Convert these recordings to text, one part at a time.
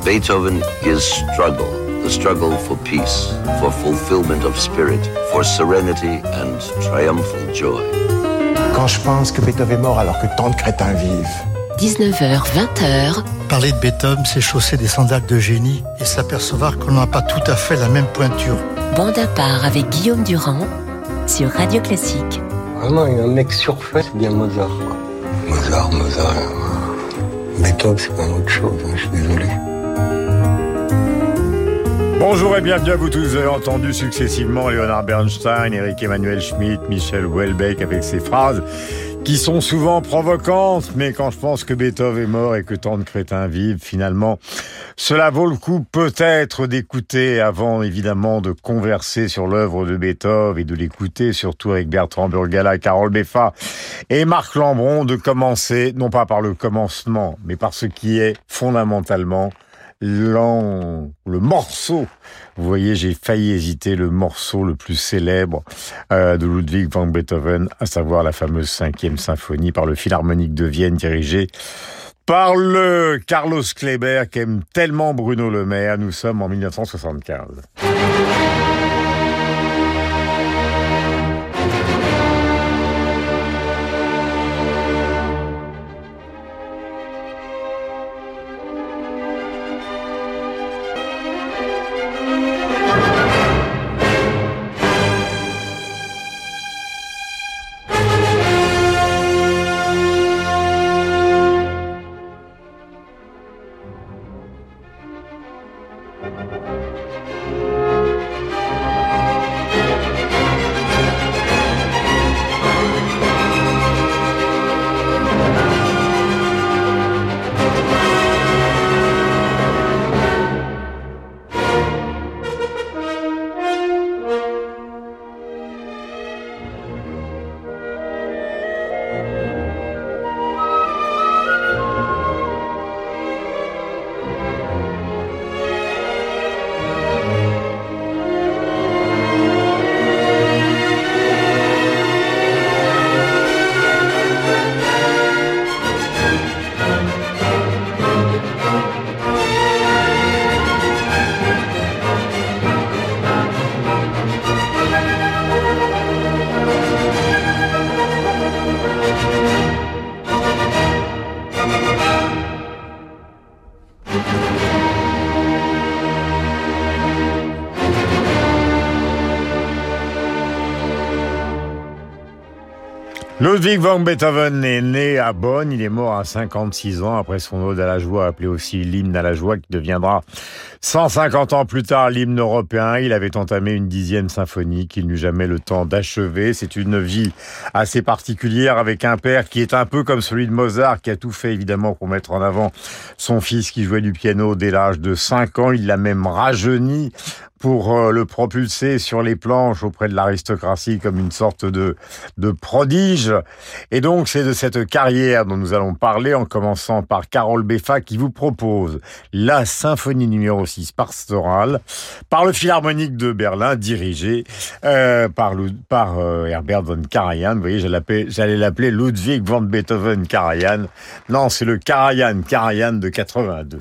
Beethoven is struggle. The struggle for peace, for fulfillment of spirit, for serenity and triumphal joy. Quand je pense que Beethoven est mort alors que tant de crétins vivent. 19h, 20h. Parler de Beethoven, c'est chausser des sandales de génie et s'apercevoir qu'on n'a pas tout à fait la même pointure. Bande à part avec Guillaume Durand sur Radio Classique. Vraiment, un mec surfait, c'est bien Mozart, quoi. Mozart. Beethoven, c'est pas autre chose, hein, je suis désolé. Bonjour et bienvenue à vous tous. Vous avez entendu successivement Leonard Bernstein, Eric Emmanuel Schmitt, Michel Houellebecq avec ces phrases qui sont souvent provocantes, mais quand je pense que Beethoven est mort et que tant de crétins vivent, finalement, cela vaut le coup peut-être d'écouter avant, évidemment, de converser sur l'œuvre de Beethoven et de l'écouter, surtout avec Bertrand Burgalat, Carole Beffa et Marc Lambron, de commencer, non pas par le commencement, mais par ce qui est fondamentalement le morceau. Vous voyez, j'ai failli hésiter, le morceau le plus célèbre de Ludwig van Beethoven, à savoir la fameuse 5e symphonie par le Philharmonique de Vienne, dirigé par le Carlos Kleiber qu'aime tellement Bruno Le Maire. Nous sommes en 1975. Ludwig van Beethoven est né à Bonn, il est mort à 56 ans après son ode à la joie, appelé aussi l'hymne à la joie, qui deviendra 150 ans plus tard l'hymne européen. Il avait entamé une 10e symphonie qu'il n'eut jamais le temps d'achever. C'est une vie assez particulière avec un père qui est un peu comme celui de Mozart, qui a tout fait évidemment pour mettre en avant son fils qui jouait du piano dès l'âge de 5 ans. Il l'a même rajeuni pour le propulser sur les planches auprès de l'aristocratie comme une sorte de prodige. Et donc, c'est de cette carrière dont nous allons parler, en commençant par Carole Beffa, qui vous propose la symphonie numéro 6 pastorale par le Philharmonique de Berlin, dirigé par Herbert von Karajan. Vous voyez, j'allais l'appeler Ludwig van Beethoven Karajan. Non, c'est le Karajan de 82.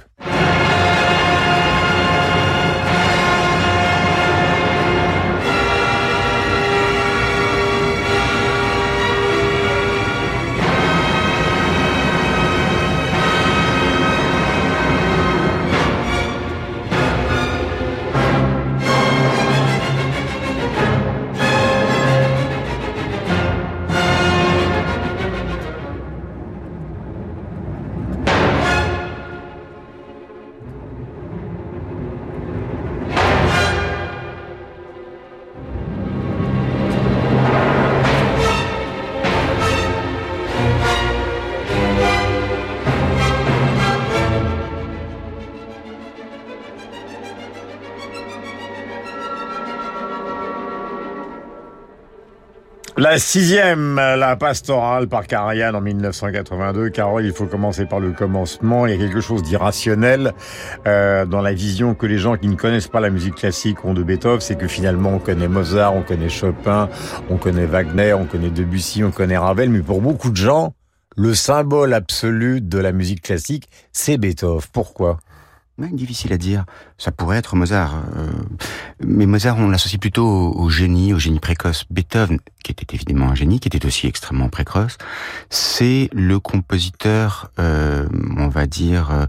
La 6e, la pastorale par Karajan en 1982. Carole, il faut commencer par le commencement. Il y a quelque chose d'irrationnel dans la vision que les gens qui ne connaissent pas la musique classique ont de Beethoven. C'est que finalement, on connaît Mozart, on connaît Chopin, on connaît Wagner, on connaît Debussy, on connaît Ravel. Mais pour beaucoup de gens, le symbole absolu de la musique classique, c'est Beethoven. Pourquoi ? Difficile à dire. Ça pourrait être Mozart. Mais Mozart, on l'associe plutôt au génie précoce. Beethoven, qui était évidemment un génie, qui était aussi extrêmement précoce, c'est le compositeur, on va dire,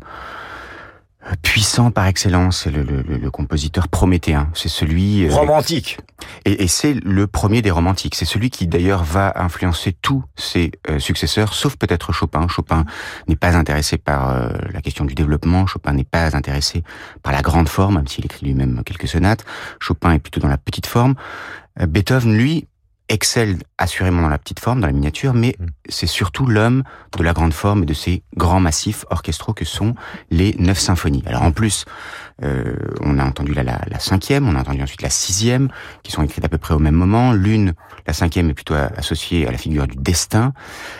puissant par excellence. C'est le compositeur prométhéen. C'est celui... romantique. Et c'est le premier des romantiques. C'est celui qui d'ailleurs va influencer tous ses successeurs, sauf peut-être Chopin. Chopin n'est pas intéressé par la question du développement. Chopin n'est pas intéressé par la grande forme, même s'il écrit lui-même quelques sonates. Chopin est plutôt dans la petite forme. Beethoven, lui, excelle assurément dans la petite forme, dans la miniature, mais c'est surtout l'homme de la grande forme et de ces grands massifs orchestraux que sont les 9 symphonies. Alors en plus, on a entendu la 5e, on a entendu ensuite la 6e, qui sont écrites à peu près au même moment. L'une, la 5e, est plutôt associée à la figure du destin.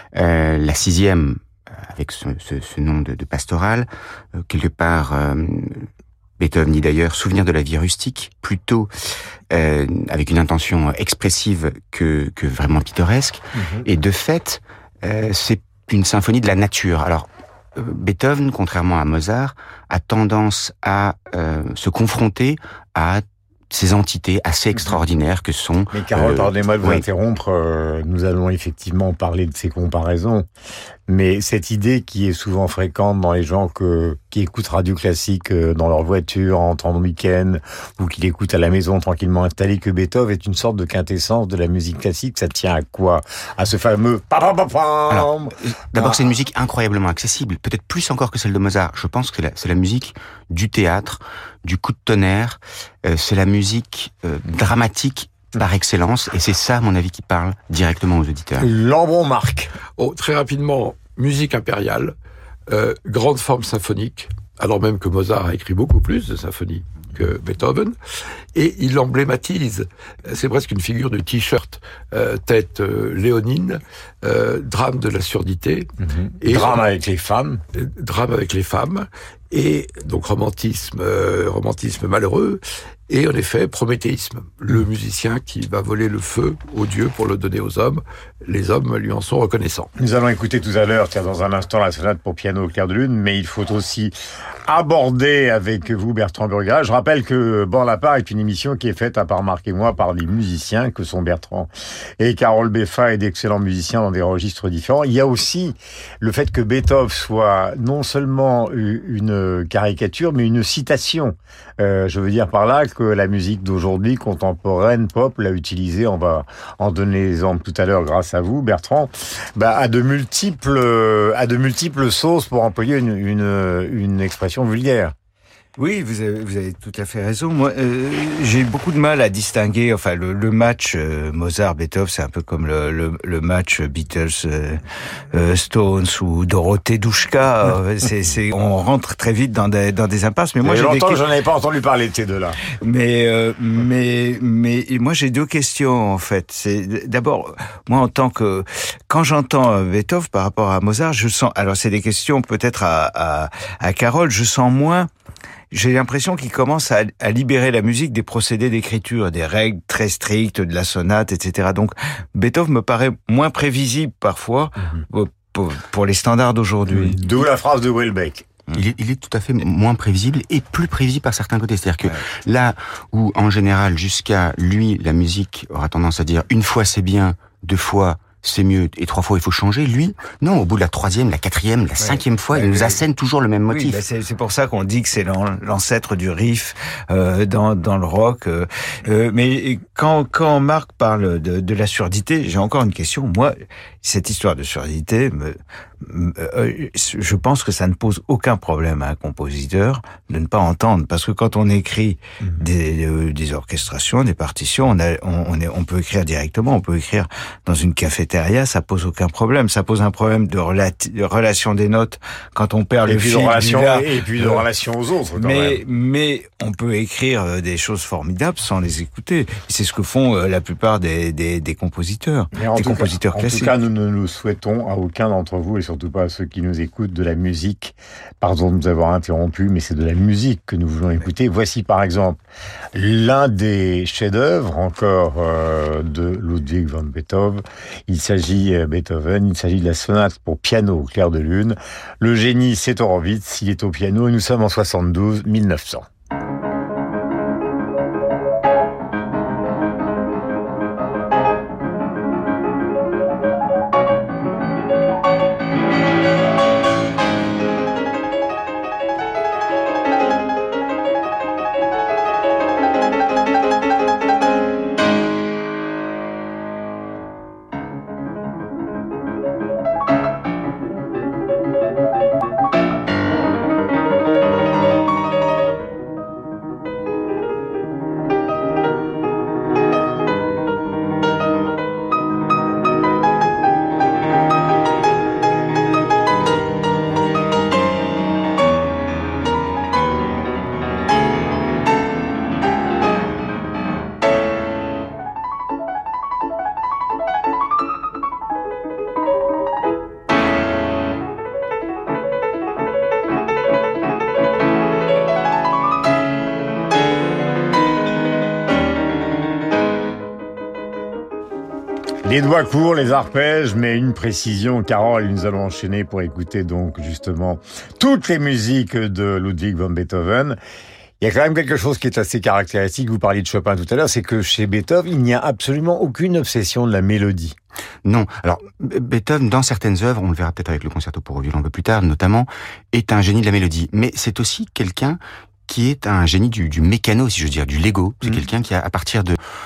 La 6e, avec ce nom de pastorale, quelque part... Beethoven dit d'ailleurs souvenir de la vie rustique, plutôt avec une intention expressive que vraiment pittoresque. Et de fait, c'est une symphonie de la nature. Alors, Beethoven, contrairement à Mozart, a tendance à se confronter à ces entités assez extraordinaires que sont... Mais Carole, pardonnez-moi de vous interrompre, nous allons effectivement parler de ces comparaisons, mais cette idée qui est souvent fréquente dans les gens qui écoutent Radio Classique dans leur voiture, en temps de week-end, ou qui l'écoutent à la maison tranquillement installée, que Beethoven est une sorte de quintessence de la musique classique, ça tient à quoi? À ce fameux... Alors, d'abord, c'est une musique incroyablement accessible, peut-être plus encore que celle de Mozart. Je pense que c'est la musique du théâtre, du coup de tonnerre, c'est la musique dramatique par excellence, et c'est ça, à mon avis, qui parle directement aux auditeurs. Lambron Marc. Très rapidement, musique impériale, grande forme symphonique, alors même que Mozart a écrit beaucoup plus de symphonies que Beethoven, et il l'emblématise. C'est presque une figure de t-shirt, tête léonine, drame de la surdité. Et drame avec les femmes. Drame avec les femmes, et donc romantisme malheureux, et en effet prométhéisme, le musicien qui va voler le feu aux dieux pour le donner aux hommes. Les hommes lui en sont reconnaissants. Nous allons écouter tout à l'heure, dans un instant, la sonate pour piano au clair de lune, mais il faut aussi aborder avec vous Bertrand Burgalat. Je rappelle que Bord la part est une émission qui est faite, à part Marc et moi, par des musiciens que sont Bertrand et Carole Beffa, et d'excellents musiciens dans des registres différents. Il y a aussi le fait que Beethoven soit non seulement une caricature, mais une citation. Je veux dire par là que la musique d'aujourd'hui, contemporaine, pop, l'a utilisée, on va en donner l'exemple tout à l'heure grâce à vous, Bertrand, à de multiples sauces, pour employer une expression vulgaire. Oui, vous avez tout à fait raison. Moi, j'ai beaucoup de mal à distinguer. Enfin, le match Mozart-Beethoven, c'est un peu comme le match Beatles-Stones ou Dorothée-Douchka. On rentre très vite dans des impasses. Mais moi, longtemps que je n'avais pas entendu parler de ces deux-là. Mais moi, j'ai deux questions en fait. C'est d'abord, moi, quand j'entends Beethoven par rapport à Mozart, je sens. Alors, c'est des questions peut-être à Carole. Je sens moins. J'ai l'impression qu'il commence à libérer la musique des procédés d'écriture, des règles très strictes de la sonate, etc. Donc, Beethoven me paraît moins prévisible parfois pour les standards d'aujourd'hui. D'où la phrase de Houellebecq. Il est tout à fait moins prévisible et plus prévisible par certains côtés. C'est-à-dire que là où, en général, jusqu'à lui, la musique aura tendance à dire une fois c'est bien, deux fois c'est mieux, et 3 fois il faut changer. Lui, non, au bout de la 3e, la 4e, la 5e fois, il nous assène toujours le même motif. Oui, c'est pour ça qu'on dit que c'est l'ancêtre du riff dans le rock. Mais quand Marc parle de la surdité, j'ai encore une question. Moi, cette histoire de surdité, je pense que ça ne pose aucun problème à un compositeur de ne pas entendre, parce que quand on écrit des orchestrations, des partitions, on peut écrire directement, on peut écrire dans une cafétéria, ça pose aucun problème. Ça pose un problème de relation des notes quand on perd le fil. Et puis de relation aux autres, quand même. Mais on peut écrire des choses formidables sans les écouter. C'est ce que font la plupart des compositeurs, compositeurs classiques. En tout cas, nous ne nous souhaitons à aucun d'entre vous, et surtout pas à ceux qui nous écoutent, de la musique. Pardon de nous avoir interrompus, mais c'est de la musique que nous voulons écouter. Voici par exemple l'un des chefs-d'œuvre encore de Ludwig van Beethoven. Il s'agit Beethoven, il s'agit de la sonate pour piano au clair de lune. Le génie, c'est Horowitz, il est au piano et nous sommes en 1900. Les doigts courts, les arpèges, mais une précision, Carole, et nous allons enchaîner pour écouter donc justement toutes les musiques de Ludwig van Beethoven. Il y a quand même quelque chose qui est assez caractéristique, vous parliez de Chopin tout à l'heure, c'est que chez Beethoven, il n'y a absolument aucune obsession de la mélodie. Non. Alors, Beethoven, dans certaines œuvres, on le verra peut-être avec le concerto pour violon un peu plus tard, notamment, est un génie de la mélodie. Mais c'est aussi quelqu'un qui est un génie du mécano, si je veux dire, du Lego. C'est quelqu'un qui, à partir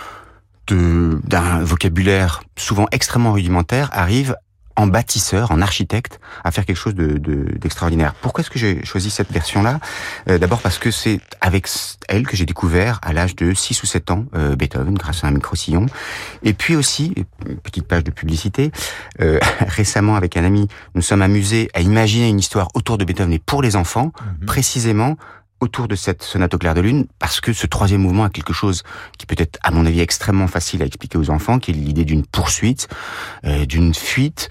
d'un vocabulaire souvent extrêmement rudimentaire, arrive en bâtisseur, en architecte, à faire quelque chose d'extraordinaire. Pourquoi est-ce que j'ai choisi cette version-là ? D'abord parce que c'est avec elle que j'ai découvert, à l'âge de 6 ou 7 ans, Beethoven, grâce à un micro-sillon. Et puis aussi, une petite page de publicité, récemment avec un ami, nous sommes amusés à imaginer une histoire autour de Beethoven et pour les enfants, précisément autour de cette sonate au clair de lune, parce que ce troisième mouvement a quelque chose qui peut être, à mon avis, extrêmement facile à expliquer aux enfants, qui est l'idée d'une poursuite, d'une fuite,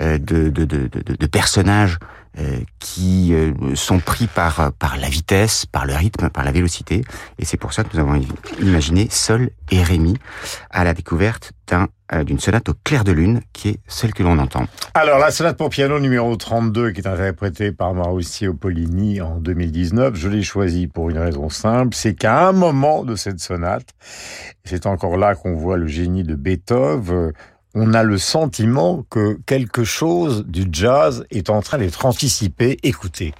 de personnages qui sont pris par la vitesse, par le rythme, par la vélocité. Et c'est pour ça que nous avons imaginé Sol et Rémi à la découverte d'une sonate au clair de lune, qui est celle que l'on entend. Alors, la sonate pour piano numéro 32, qui est interprétée par Mauricio Pollini en 2019, je l'ai choisie pour une raison simple, c'est qu'à un moment de cette sonate, c'est encore là qu'on voit le génie de Beethoven, on a le sentiment que quelque chose du jazz est en train d'être anticipé. Écoutez.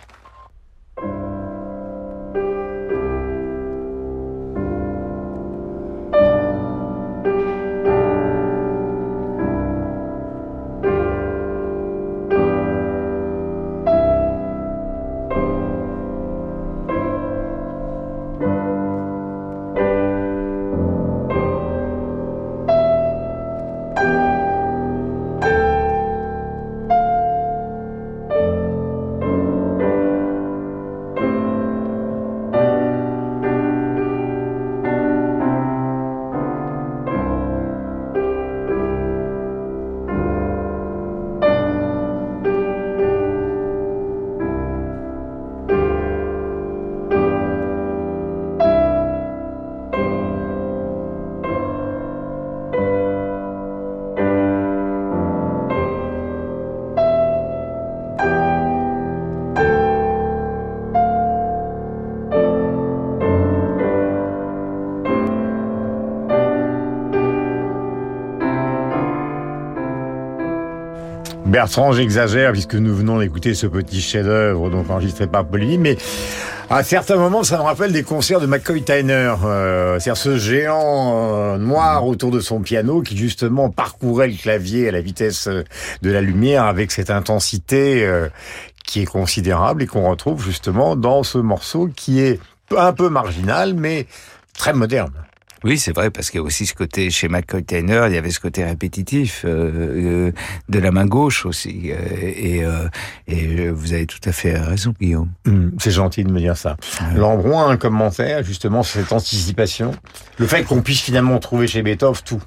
Bertrand, j'exagère puisque nous venons d'écouter ce petit chef-d'œuvre donc enregistré par Pollini, mais à certains moments, ça me rappelle des concerts de McCoy Tyner, c'est-à-dire ce géant noir autour de son piano qui justement parcourait le clavier à la vitesse de la lumière avec cette intensité qui est considérable et qu'on retrouve justement dans ce morceau qui est un peu marginal mais très moderne. Oui, c'est vrai, parce qu'il y a aussi ce côté, chez McCoy Tyner, il y avait ce côté répétitif de la main gauche aussi. Et vous avez tout à fait raison, Guillaume. C'est gentil de me dire ça. Lambron a un commentaire, justement, sur cette anticipation. Le fait qu'on puisse finalement trouver chez Beethoven tout.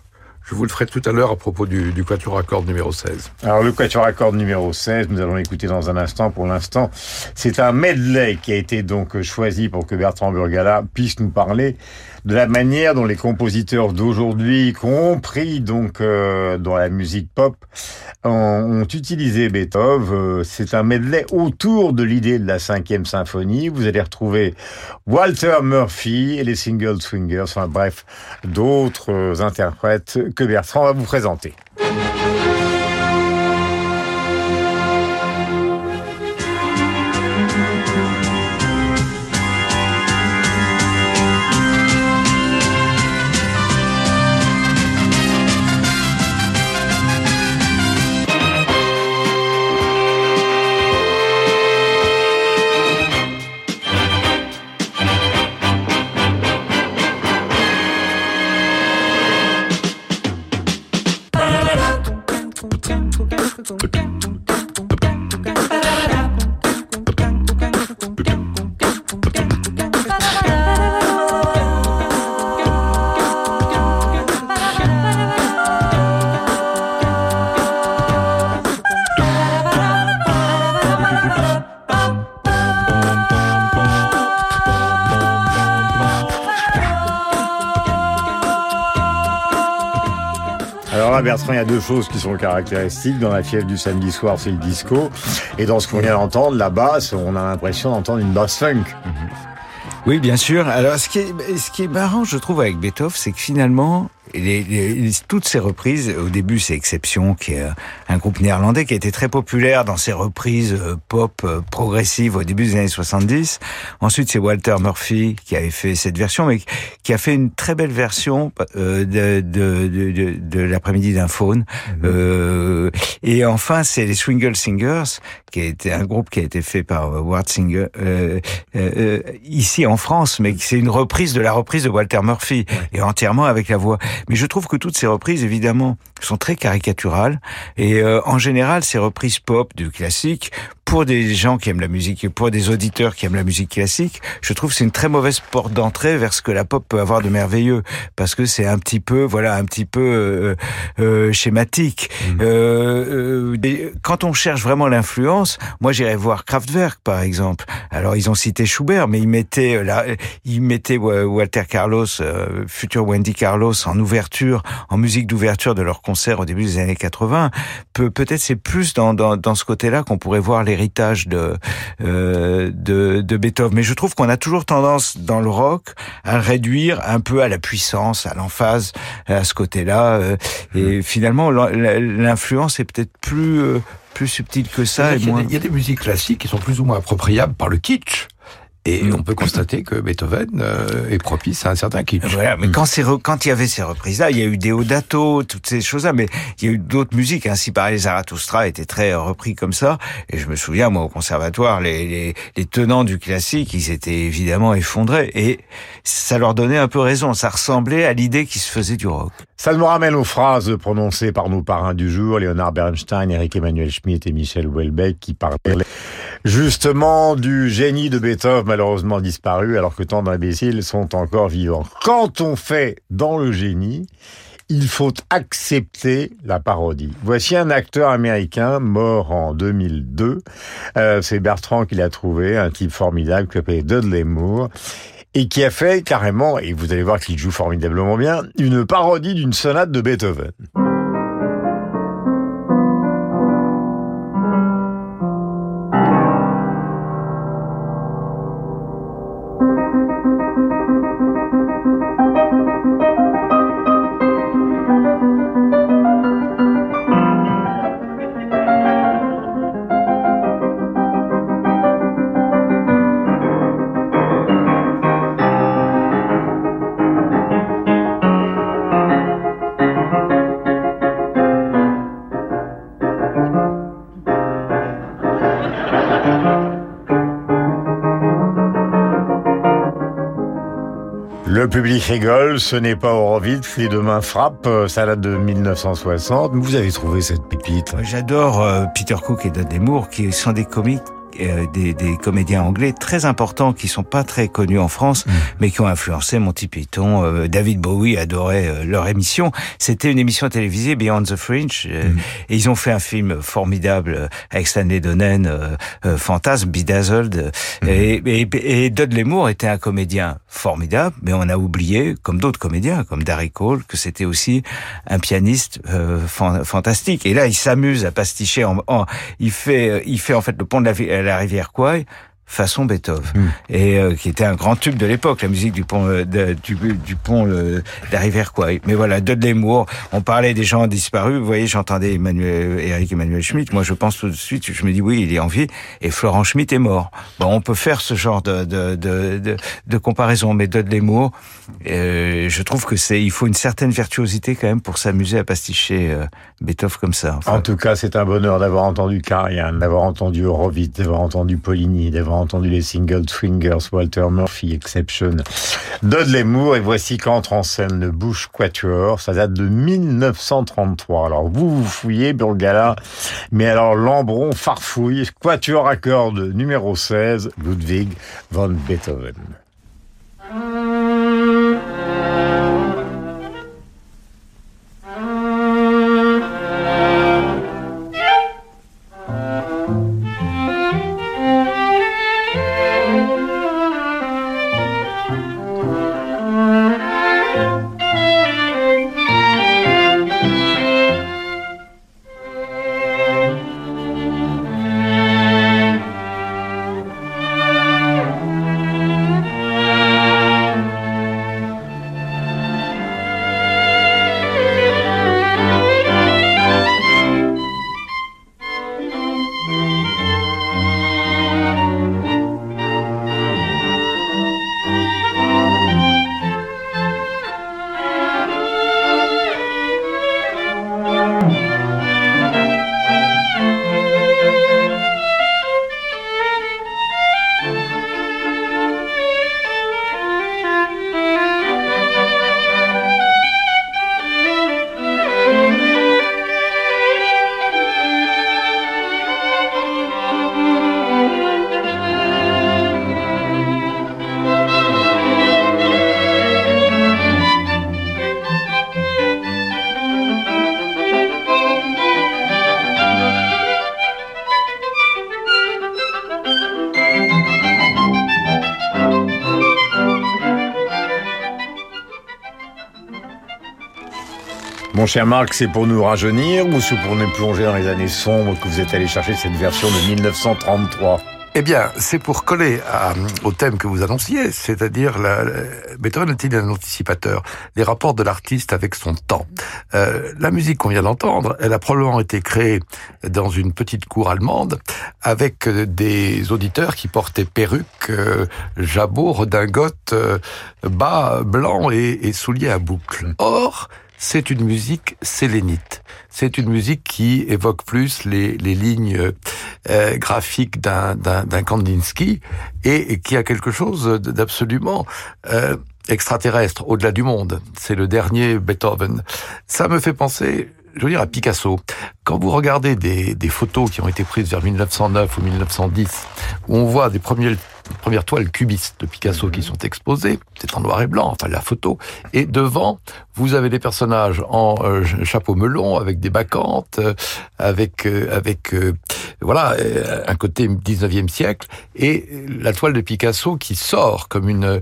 Je vous le ferai tout à l'heure à propos du quatuor à cordes numéro 16. Alors, le quatuor à cordes numéro 16, nous allons l'écouter dans un instant. Pour l'instant, c'est un medley qui a été donc choisi pour que Bertrand Burgalat puisse nous parler de la manière dont les compositeurs d'aujourd'hui, y compris donc dans la musique pop, ont utilisé Beethoven. C'est un medley autour de l'idée de la 5e symphonie. Vous allez retrouver Walter Murphy et les Single Swingers, enfin bref, d'autres interprètes que Bertrand va vous présenter. Bertrand, il y a deux choses qui sont caractéristiques. Dans la fièvre du samedi soir, c'est le disco. Et dans ce qu'on vient d'entendre, la basse, on a l'impression d'entendre une basse funk. Oui, bien sûr. Alors, ce qui est marrant, je trouve, avec Beethoven, c'est que finalement, toutes ces reprises, au début, c'est Exception, qui est un groupe néerlandais qui a été très populaire dans ses reprises pop progressives au début des années 70. Ensuite, c'est Walter Murphy qui avait fait cette version, mais qui a fait une très belle version de l'après-midi d'un faune. Et enfin, c'est les Swingle Singers, qui a été un groupe qui a été fait par Ward Singer ici en France, mais c'est une reprise de la reprise de Walter Murphy, et entièrement avec la voix. Mais je trouve que toutes ces reprises, évidemment, sont très caricaturales, et en général, ces reprises pop du classique, pour des gens qui aiment la musique, et pour des auditeurs qui aiment la musique classique, je trouve que c'est une très mauvaise porte d'entrée vers ce que la pop peut avoir de merveilleux, parce que c'est un petit peu schématique. Quand on cherche vraiment l'influence, moi j'irais voir Kraftwerk par exemple. Alors ils ont cité Schubert, mais ils mettaient Walter Carlos, futur Wendy Carlos, en musique d'ouverture de leur concert au début des années 80. Peut-être c'est plus dans ce côté-là qu'on pourrait voir l'héritage de Beethoven. Mais je trouve qu'on a toujours tendance dans le rock à le réduire un peu à la puissance, à l'emphase, à ce côté-là. Et finalement, l'influence est peut-être plus subtile que ça. Il y a des musiques classiques qui sont plus ou moins appropriables par le kitsch. Et on peut constater que Beethoven est propice à un certain kitsch. Voilà, mais quand il y avait ces reprises-là, il y a eu Deodato, toutes ces choses-là, mais il y a eu d'autres musiques. Ainsi parlait Zarathustra était très repris comme ça. Et je me souviens, moi, au conservatoire, les tenants du classique, ils étaient évidemment effondrés. Et ça leur donnait un peu raison. Ça ressemblait à l'idée qui se faisait du rock. Ça nous ramène aux phrases prononcées par nos parrains du jour, Leonard Bernstein, Eric Emmanuel Schmitt et Michel Houellebecq, qui parlaient justement du génie de Beethoven, malheureusement disparu, alors que tant d'imbéciles sont encore vivants. Quand on fait dans le génie, il faut accepter la parodie. Voici un acteur américain mort en 2002. C'est Bertrand qui l'a trouvé, un type formidable qui s'appelle Dudley Moore, et qui a fait carrément, et vous allez voir qu'il joue formidablement bien, une parodie d'une sonate de Beethoven. Le public rigole, ce n'est pas Horowitz, les deux mains frappent, ça date de 1960. Vous avez trouvé cette pépite? J'adore Peter Cook et Dudley Moore, qui sont des comiques des comédiens anglais très importants qui sont pas très connus en France, mais qui ont influencé Monty Python. David Bowie adorait leur émission. C'était une émission télévisée, Beyond the Fringe, et ils ont fait un film formidable avec Stanley Donen, Fantasme, Bedazzled, et Dudley Moore était un comédien formidable, mais on a oublié, comme d'autres comédiens, comme Darry Cole, que c'était aussi un pianiste fantastique. Et là, il s'amuse à pasticher. Il fait en fait le pont de la rivière Kwai façon Beethoven, et qui était un grand tube de l'époque, la musique du pont du pont de la rivière Kwai. Mais voilà, Dudley Moore, on parlait des gens disparus, vous voyez, j'entendais Eric Emmanuel Schmitt, moi je pense tout de suite, je me dis oui, il est en vie, et Florent Schmitt est mort. Bon, on peut faire ce genre de comparaison, mais Dudley Moore, je trouve que il faut une certaine virtuosité quand même pour s'amuser à pasticher Beethoven comme ça. Enfin. En tout cas, c'est un bonheur d'avoir entendu Karajan, d'avoir entendu Horowitz, d'avoir entendu Poligny, d'avoir entendu les Single Swingers, Walter Murphy, Exception, Dudley Moore, et voici qu'entre en scène le Bush Quatuor. Ça date de 1933. Alors vous fouillez Burgala, mais alors Lambron farfouille, Quatuor à cordes numéro 16, Ludwig van Beethoven. Mon cher Marc, c'est pour nous rajeunir ou c'est pour nous plonger dans les années sombres que vous êtes allé chercher cette version de 1933 ? Eh bien, c'est pour coller au thème que vous annonciez, c'est-à-dire Beethoven est-il un anticipateur, les rapports de l'artiste avec son temps. La musique qu'on vient d'entendre, elle a probablement été créée dans une petite cour allemande avec des auditeurs qui portaient perruques, jabots, redingotes, bas blancs et souliers à boucles. Or, c'est une musique sélénite. C'est une musique qui évoque plus les lignes graphiques d'un Kandinsky et qui a quelque chose d'absolument extraterrestre, au-delà du monde. C'est le dernier Beethoven. Ça me fait penser, je veux dire, à Picasso. Quand vous regardez des photos qui ont été prises vers 1909 ou 1910, où on voit des premières toiles cubistes de Picasso qui sont exposées, c'est en noir et blanc, enfin la photo, et devant, vous avez des personnages en chapeau melon, avec des bacchantes, avec voilà, un côté 19e siècle, et la toile de Picasso qui sort comme une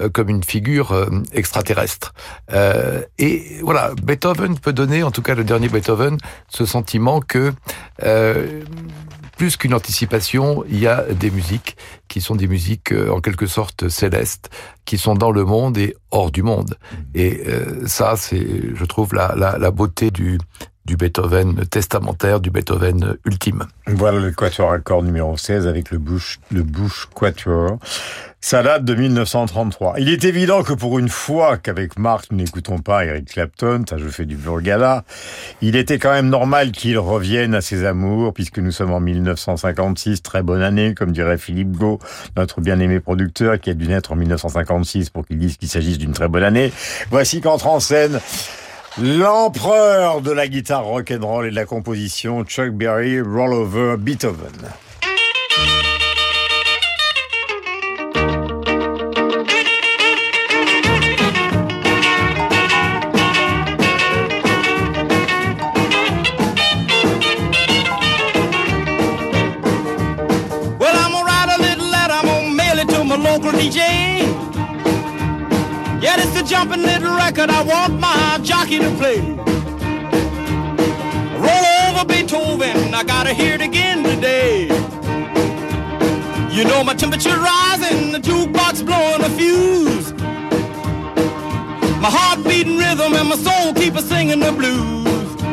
figure extraterrestre. Et voilà, Beethoven peut donner, en tout cas le dernier Beethoven, ce sentiment que plus qu'une anticipation, il y a des musiques qui sont des musiques en quelque sorte célestes, qui sont dans le monde et hors du monde. Et ça, c'est, je trouve, la beauté du Beethoven testamentaire, du Beethoven ultime. Voilà le Quatuor à cordes numéro 16 avec le Bush Quatuor. Ça date de 1933. Il est évident que pour une fois qu'avec Marc, nous n'écoutons pas Eric Clapton, ça je fais du Burgala, il était quand même normal qu'il revienne à ses amours, puisque nous sommes en 1956, très bonne année, comme dirait Philippe Gau, notre bien-aimé producteur, qui a dû naître en 1956 pour qu'il dise qu'il s'agisse d'une très bonne année. Voici qu'entre en scène l'empereur de la guitare rock'n'roll et de la composition, Chuck Berry, Roll Over Beethoven. local DJ. Yeah, it's the jumping little record I want my jockey to play. Roll over Beethoven, I gotta hear it again today. You know my temperature rising, the jukebox blowing a fuse. My heart beating rhythm and my soul keep singing the blues.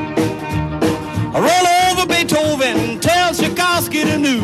I roll over Beethoven, tell Tchaikovsky the news.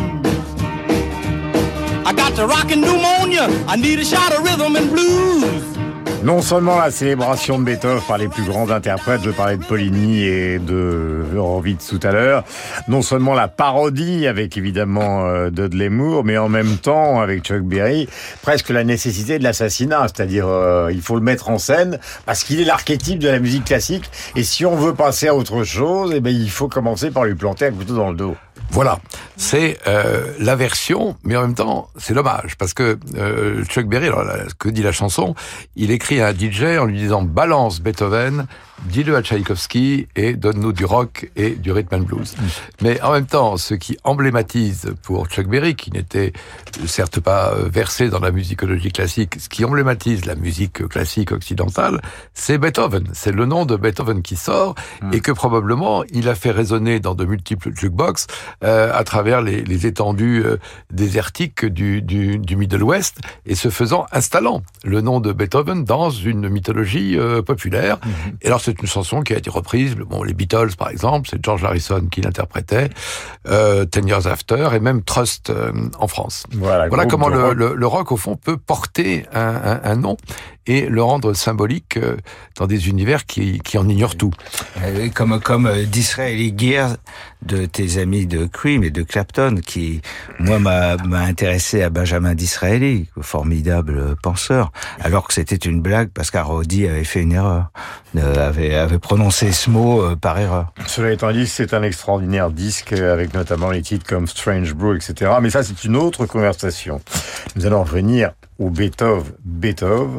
I got the rockin' pneumonia, I need a shot of rhythm and blues. Non seulement la célébration de Beethoven par les plus grands interprètes, je parlais de Pollini et de Horowitz tout à l'heure, non seulement la parodie avec évidemment Dudley Moore, mais en même temps avec Chuck Berry, presque la nécessité de l'assassinat, c'est-à-dire il faut le mettre en scène parce qu'il est l'archétype de la musique classique et si on veut passer à autre chose, eh ben il faut commencer par lui planter un couteau dans le dos. Voilà, c'est la version, mais en même temps, c'est l'hommage, parce que Chuck Berry, alors ce que dit la chanson, il écrit à un DJ en lui disant « Balance Beethoven, dis-le à Tchaïkovski et donne-nous du rock et du rhythm and blues ». Mais en même temps, ce qui emblématise pour Chuck Berry, qui n'était certes pas versé dans la musicologie classique, ce qui emblématise la musique classique occidentale, c'est Beethoven. C'est le nom de Beethoven qui sort et que probablement il a fait résonner dans de multiples jukebox à travers les étendues désertiques du Middle West et ce faisant installant le nom de Beethoven dans une mythologie populaire. Et alors c'est une chanson qui a été reprise, bon les Beatles par exemple, c'est George Harrison qui l'interprétait, 10 Years After et même Trust en France. Voilà comment le rock au fond peut porter un nom et le rendre symbolique dans des univers qui en ignorent tout. Comme Disraeli Gear de tes amis de Cream et de Clapton, qui, moi, m'a intéressé à Benjamin Disraeli, formidable penseur, alors que c'était une blague parce qu'Arodi avait fait une erreur, avait prononcé ce mot par erreur. Cela étant dit, c'est un extraordinaire disque avec notamment les titres comme Strange Brew, etc. Mais ça, c'est une autre conversation. Nous allons revenir au Beethoven,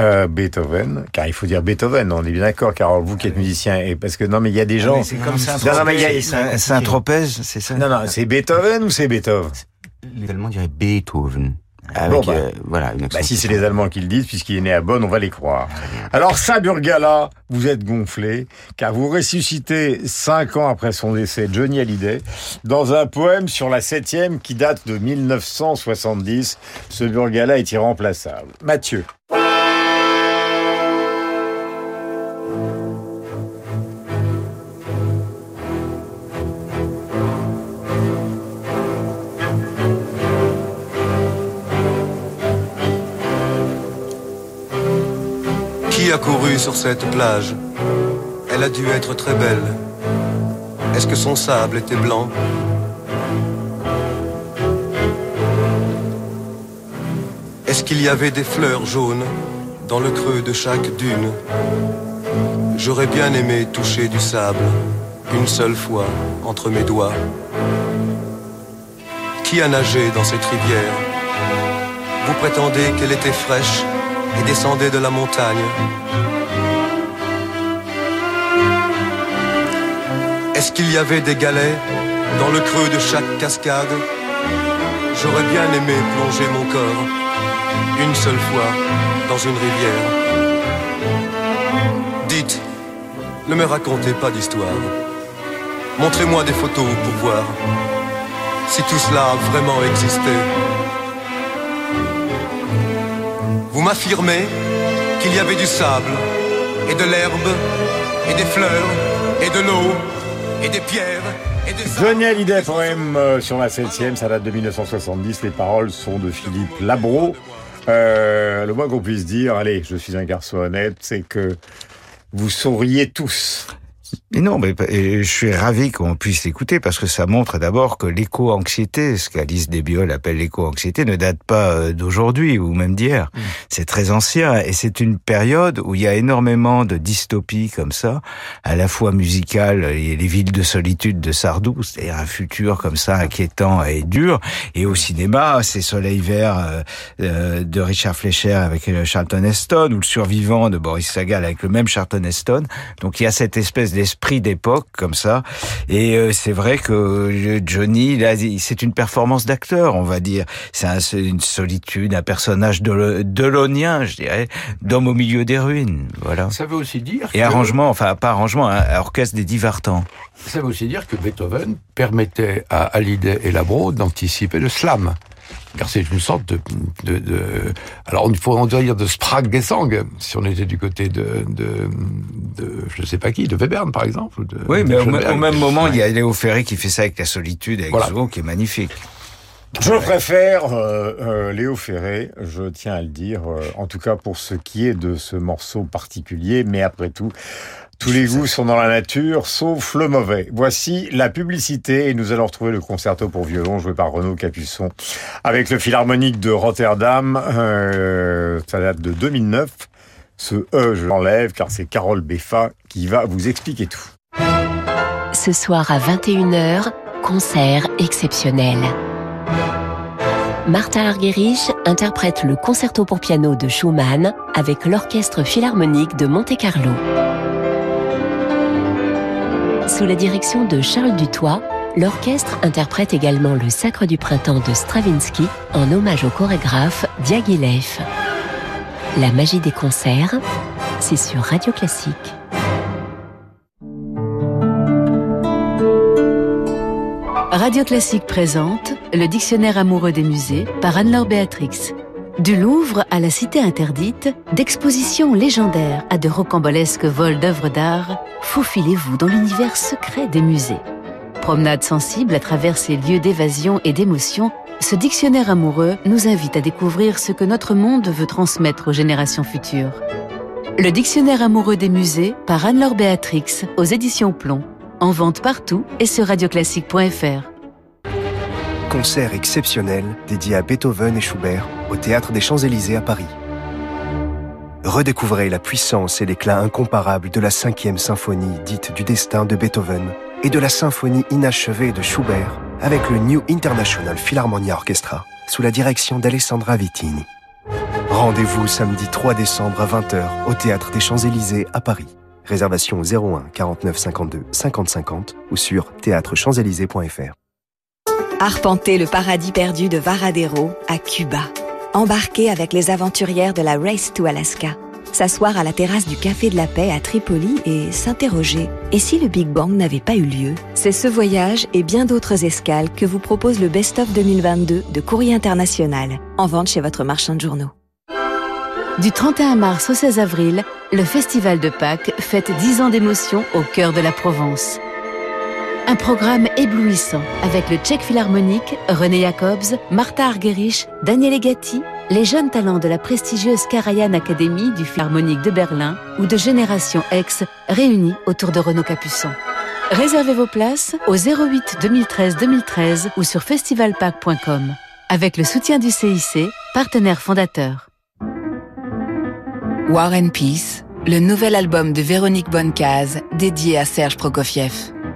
car il faut dire Beethoven, on est bien d'accord, car vous qui êtes musicien, et parce que non mais il y a des gens. C'est comme ça. C'est un tropèze, c'est ça. Non, c'est Beethoven ou c'est Beethoven? Les Allemands diraient Beethoven. Avec, voilà, une si c'est les Allemands qui le disent, puisqu'il est né à Bonn, on va les croire. Alors ça, Burgala, vous êtes gonflé, car vous ressuscitez 5 ans après son décès Johnny Hallyday dans un poème sur la 7e qui date de 1970. Ce Burgala est irremplaçable. Mathieu. Qui a couru sur cette plage? Elle a dû être très belle. Est-ce que son sable était blanc? Est-ce qu'il y avait des fleurs jaunes dans le creux de chaque dune? J'aurais bien aimé toucher du sable une seule fois entre mes doigts. Qui a nagé dans cette rivière? Vous prétendez qu'elle était fraîche et descendait de la montagne. Est-ce qu'il y avait des galets dans le creux de chaque cascade? J'aurais bien aimé plonger mon corps une seule fois dans une rivière. Dites, ne me racontez pas d'histoire. Montrez-moi des photos pour voir si tout cela a vraiment existé. Vous m'affirmez qu'il y avait du sable, et de l'herbe, et des fleurs, et de l'eau, et des pierres, et des... Johnny Hallyday, poème sur la 7e, ça date de 1970, les paroles sont de Philippe Labro. Le moins qu'on puisse dire, allez, je suis un garçon honnête, c'est que vous souriez tous. Mais non, mais je suis ravi qu'on puisse l'écouter parce que ça montre d'abord que l'éco-anxiété, ce qu'Alice Desbioles appelle l'éco-anxiété, ne date pas d'aujourd'hui ou même d'hier. C'est très ancien et c'est une période où il y a énormément de dystopies comme ça, à la fois musicales, les villes de solitude de Sardou, c'est-à-dire un futur comme ça inquiétant et dur, et au cinéma, ces Soleils verts de Richard Fleischer avec Charlton Heston ou Le Survivant de Boris Sagal avec le même Charlton Heston. Donc il y a cette espèce l'esprit d'époque comme ça. Et c'est vrai que Johnny, là, c'est une performance d'acteur, on va dire. C'est une solitude, un personnage delonien, je dirais, d'homme au milieu des ruines. Voilà. Ça veut aussi dire. Et arrangement, enfin pas arrangement, un orchestre des Divertants. Ça veut aussi dire que Beethoven permettait à Hallyday et Labro d'anticiper le slam. Car c'est une sorte alors on doit dire de Sprague-Gesang, si on était du côté de je sais pas qui, de Webern par exemple. Oui, mais au même moment, il y a Léo Ferré qui fait ça avec La Solitude, avec Zou, qui est magnifique. Je préfère Léo Ferré, je tiens à le dire, en tout cas pour ce qui est de ce morceau particulier, mais après tout, tous les goûts sont dans la nature, sauf le mauvais. Voici la publicité et nous allons retrouver le concerto pour violon joué par Renaud Capuçon avec le Philharmonique de Rotterdam. Ça date de 2009. Ce E, je l'enlève car c'est Carole Beffa qui va vous expliquer tout. Ce soir à 21h, concert exceptionnel. Martha Argerich interprète le concerto pour piano de Schumann avec l'Orchestre Philharmonique de Monte-Carlo. Sous la direction de Charles Dutoit, l'orchestre interprète également le Sacre du printemps de Stravinsky en hommage au chorégraphe Diaghilev. La magie des concerts, c'est sur Radio Classique. Radio Classique présente le Dictionnaire amoureux des musées par Anne-Laure Béatrix. Du Louvre à la Cité interdite, d'expositions légendaires à de rocambolesques vols d'œuvres d'art, faufilez-vous dans l'univers secret des musées. Promenade sensible à travers ces lieux d'évasion et d'émotion, ce dictionnaire amoureux nous invite à découvrir ce que notre monde veut transmettre aux générations futures. Le Dictionnaire amoureux des musées par Anne-Laure Béatrix aux éditions Plomb. En vente partout et sur radioclassique.fr. Concert exceptionnel dédié à Beethoven et Schubert au Théâtre des Champs-Élysées à Paris. Redécouvrez la puissance et l'éclat incomparable de la 5e symphonie dite du destin de Beethoven et de la symphonie inachevée de Schubert avec le New International Philharmonia Orchestra sous la direction d'Alessandra Vittini. Rendez-vous samedi 3 décembre à 20h au Théâtre des Champs-Élysées à Paris. Réservation 01 49 52 50 50 ou sur théâtrechamps-élysées.fr. Arpentez le paradis perdu de Varadero à Cuba. Embarquez avec les aventurières de la Race to Alaska. S'asseoir à la terrasse du Café de la Paix à Tripoli et s'interroger. Et si le Big Bang n'avait pas eu lieu? C'est ce voyage et bien d'autres escales que vous propose le Best of 2022 de Courrier International. En vente chez votre marchand de journaux. Du 31 mars au 16 avril, le Festival de Pâques fête 10 ans d'émotion au cœur de la Provence. Un programme éblouissant avec le Tchèque Philharmonique, René Jacobs, Martha Argerich, Daniele Gatti, les jeunes talents de la prestigieuse Karajan Academy du Philharmonique de Berlin ou de Génération X réunis autour de Renaud Capuçon. Réservez vos places au 08 2013 2013 ou sur festivalpack.com avec le soutien du CIC, partenaire fondateur. War and Peace, le nouvel album de Véronique Bonnecaze dédié à Serge Prokofiev.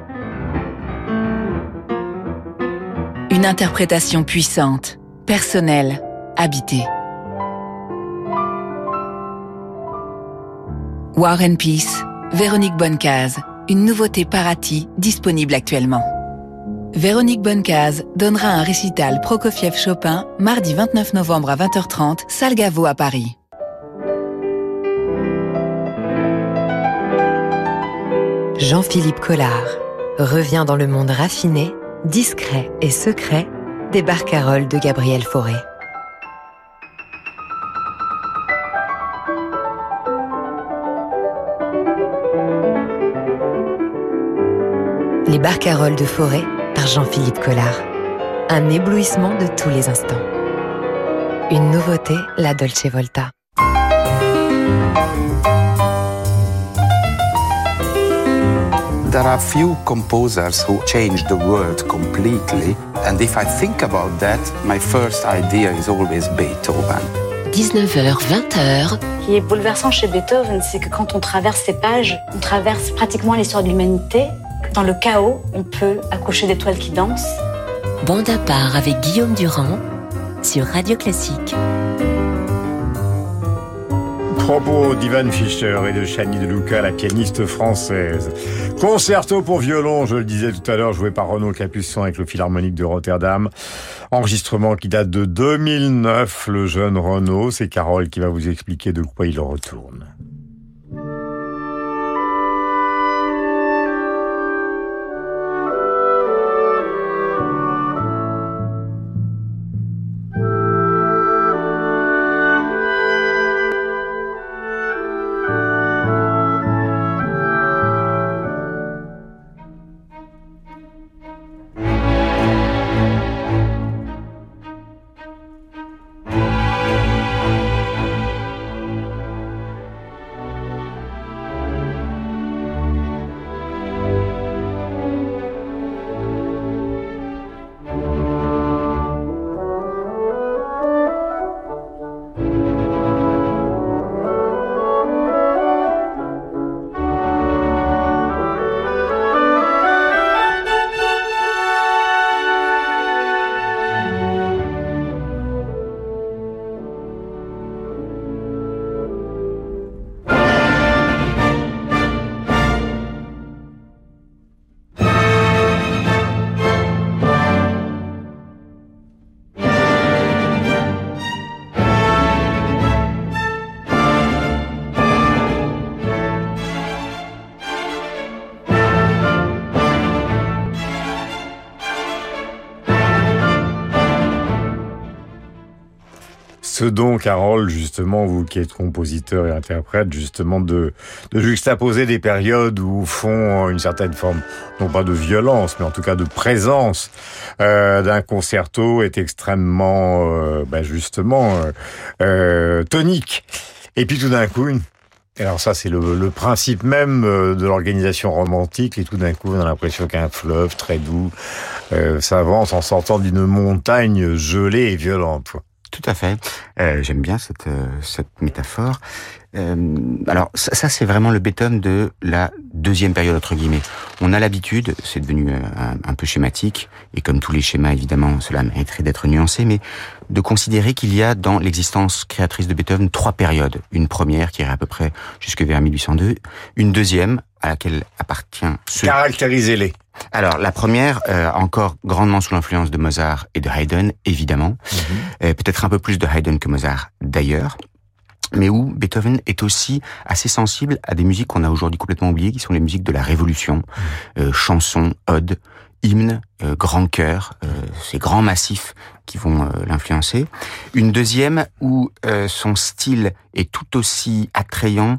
Une interprétation puissante, personnelle, habitée. War and Peace, Véronique Bonnecaze, une nouveauté Paraty disponible actuellement. Véronique Bonnecaze donnera un récital Prokofiev-Chopin mardi 29 novembre à 20h30, salle Gaveau à Paris. Jean-Philippe Collard revient dans le monde raffiné, discret et secret des barcaroles de Gabriel Fauré. Les barcaroles de Fauré par Jean-Philippe Collard. Un éblouissement de tous les instants. Une nouveauté, la Dolce Volta. There are few composers who changed the world completely, and if I think about that, my first idea is always Beethoven. 19h, 20h. Ce qui est bouleversant chez Beethoven, c'est que quand on traverse ces pages, on traverse pratiquement l'histoire de l'humanité. Dans le chaos, on peut accoucher d'étoiles qui dansent. Bande à part avec Guillaume Durand sur Radio Classique. Propos d'Ivan Fischer et de Shani De Luca, la pianiste française. Concerto pour violon, je le disais tout à l'heure, joué par Renaud Capuçon avec le Philharmonique de Rotterdam. Enregistrement qui date de 2009, le jeune Renaud. C'est Carole qui va vous expliquer de quoi il retourne. Ce don, Carole, justement, vous qui êtes compositeur et interprète, justement, de juxtaposer des périodes où font une certaine forme, non pas de violence, mais en tout cas de présence d'un concerto est extrêmement, tonique. Et puis tout d'un coup, alors ça c'est le principe même de l'organisation romantique, et tout d'un coup on a l'impression qu'un fleuve très doux s'avance en sortant d'une montagne gelée et violente. Tout à fait. J'aime bien cette métaphore. Alors ça c'est vraiment le Beethoven de la deuxième période entre guillemets. On a l'habitude, c'est devenu un peu schématique, et comme tous les schémas évidemment cela mériterait d'être nuancé, mais de considérer qu'il y a dans l'existence créatrice de Beethoven 3 périodes. Une première qui irait à peu près jusque vers 1802, une deuxième à laquelle appartient Caractérisez-les. Alors, la première, encore grandement sous l'influence de Mozart et de Haydn, évidemment. Peut-être un peu plus de Haydn que Mozart, d'ailleurs. Mais où Beethoven est aussi assez sensible à des musiques qu'on a aujourd'hui complètement oubliées, qui sont les musiques de la Révolution. Chansons, odes, hymnes, grands chœurs, ces grands massifs qui vont l'influencer. Une deuxième où son style est tout aussi attrayant.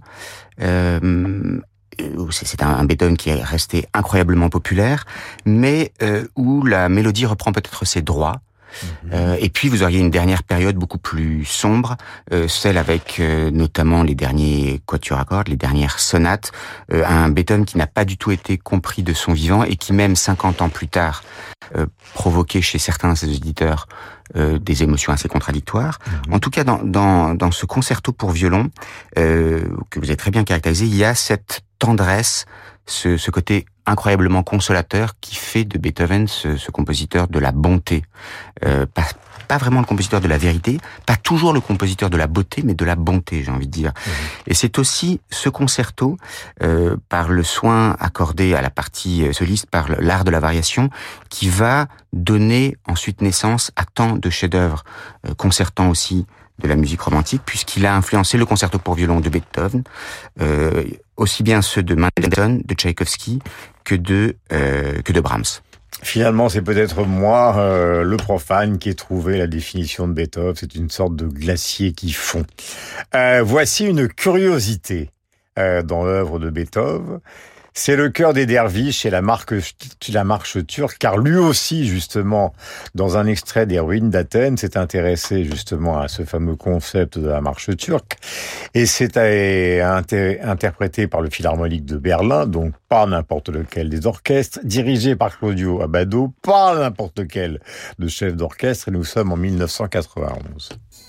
C'est un Beethoven qui est resté incroyablement populaire, mais où la mélodie reprend peut-être ses droits. Et puis vous auriez une dernière période beaucoup plus sombre, celle avec notamment les derniers quatuors à cordes, les dernières sonates, un Beethoven qui n'a pas du tout été compris de son vivant et qui même 50 ans plus tard provoquait chez certains de ses auditeurs des émotions assez contradictoires. En tout cas, dans ce concerto pour violon que vous avez très bien caractérisé, il y a cette tendresse, ce côté incroyablement consolateur qui fait de Beethoven ce compositeur de la bonté. Pas vraiment le compositeur de la vérité, pas toujours le compositeur de la beauté, mais de la bonté, j'ai envie de dire. Et c'est aussi ce concerto, par le soin accordé à la partie soliste, par l'art de la variation, qui va donner ensuite naissance à tant de chefs-d'œuvre concertants aussi de la musique romantique, puisqu'il a influencé le concerto pour violon de Beethoven, aussi bien ceux de Mendelssohn, de Tchaïkovski, que de Brahms. Finalement, c'est peut-être moi, le profane, qui ai trouvé la définition de Beethoven. C'est une sorte de glacier qui fond. Voici une curiosité dans l'œuvre de Beethoven. C'est le chœur des derviches et la marche turque, car lui aussi, justement, dans un extrait des ruines d'Athènes, s'est intéressé justement à ce fameux concept de la marche turque. Et c'est interprété par le Philharmonique de Berlin, donc pas n'importe lequel des orchestres, dirigé par Claudio Abbado, pas n'importe lequel de chef d'orchestre, et nous sommes en 1991.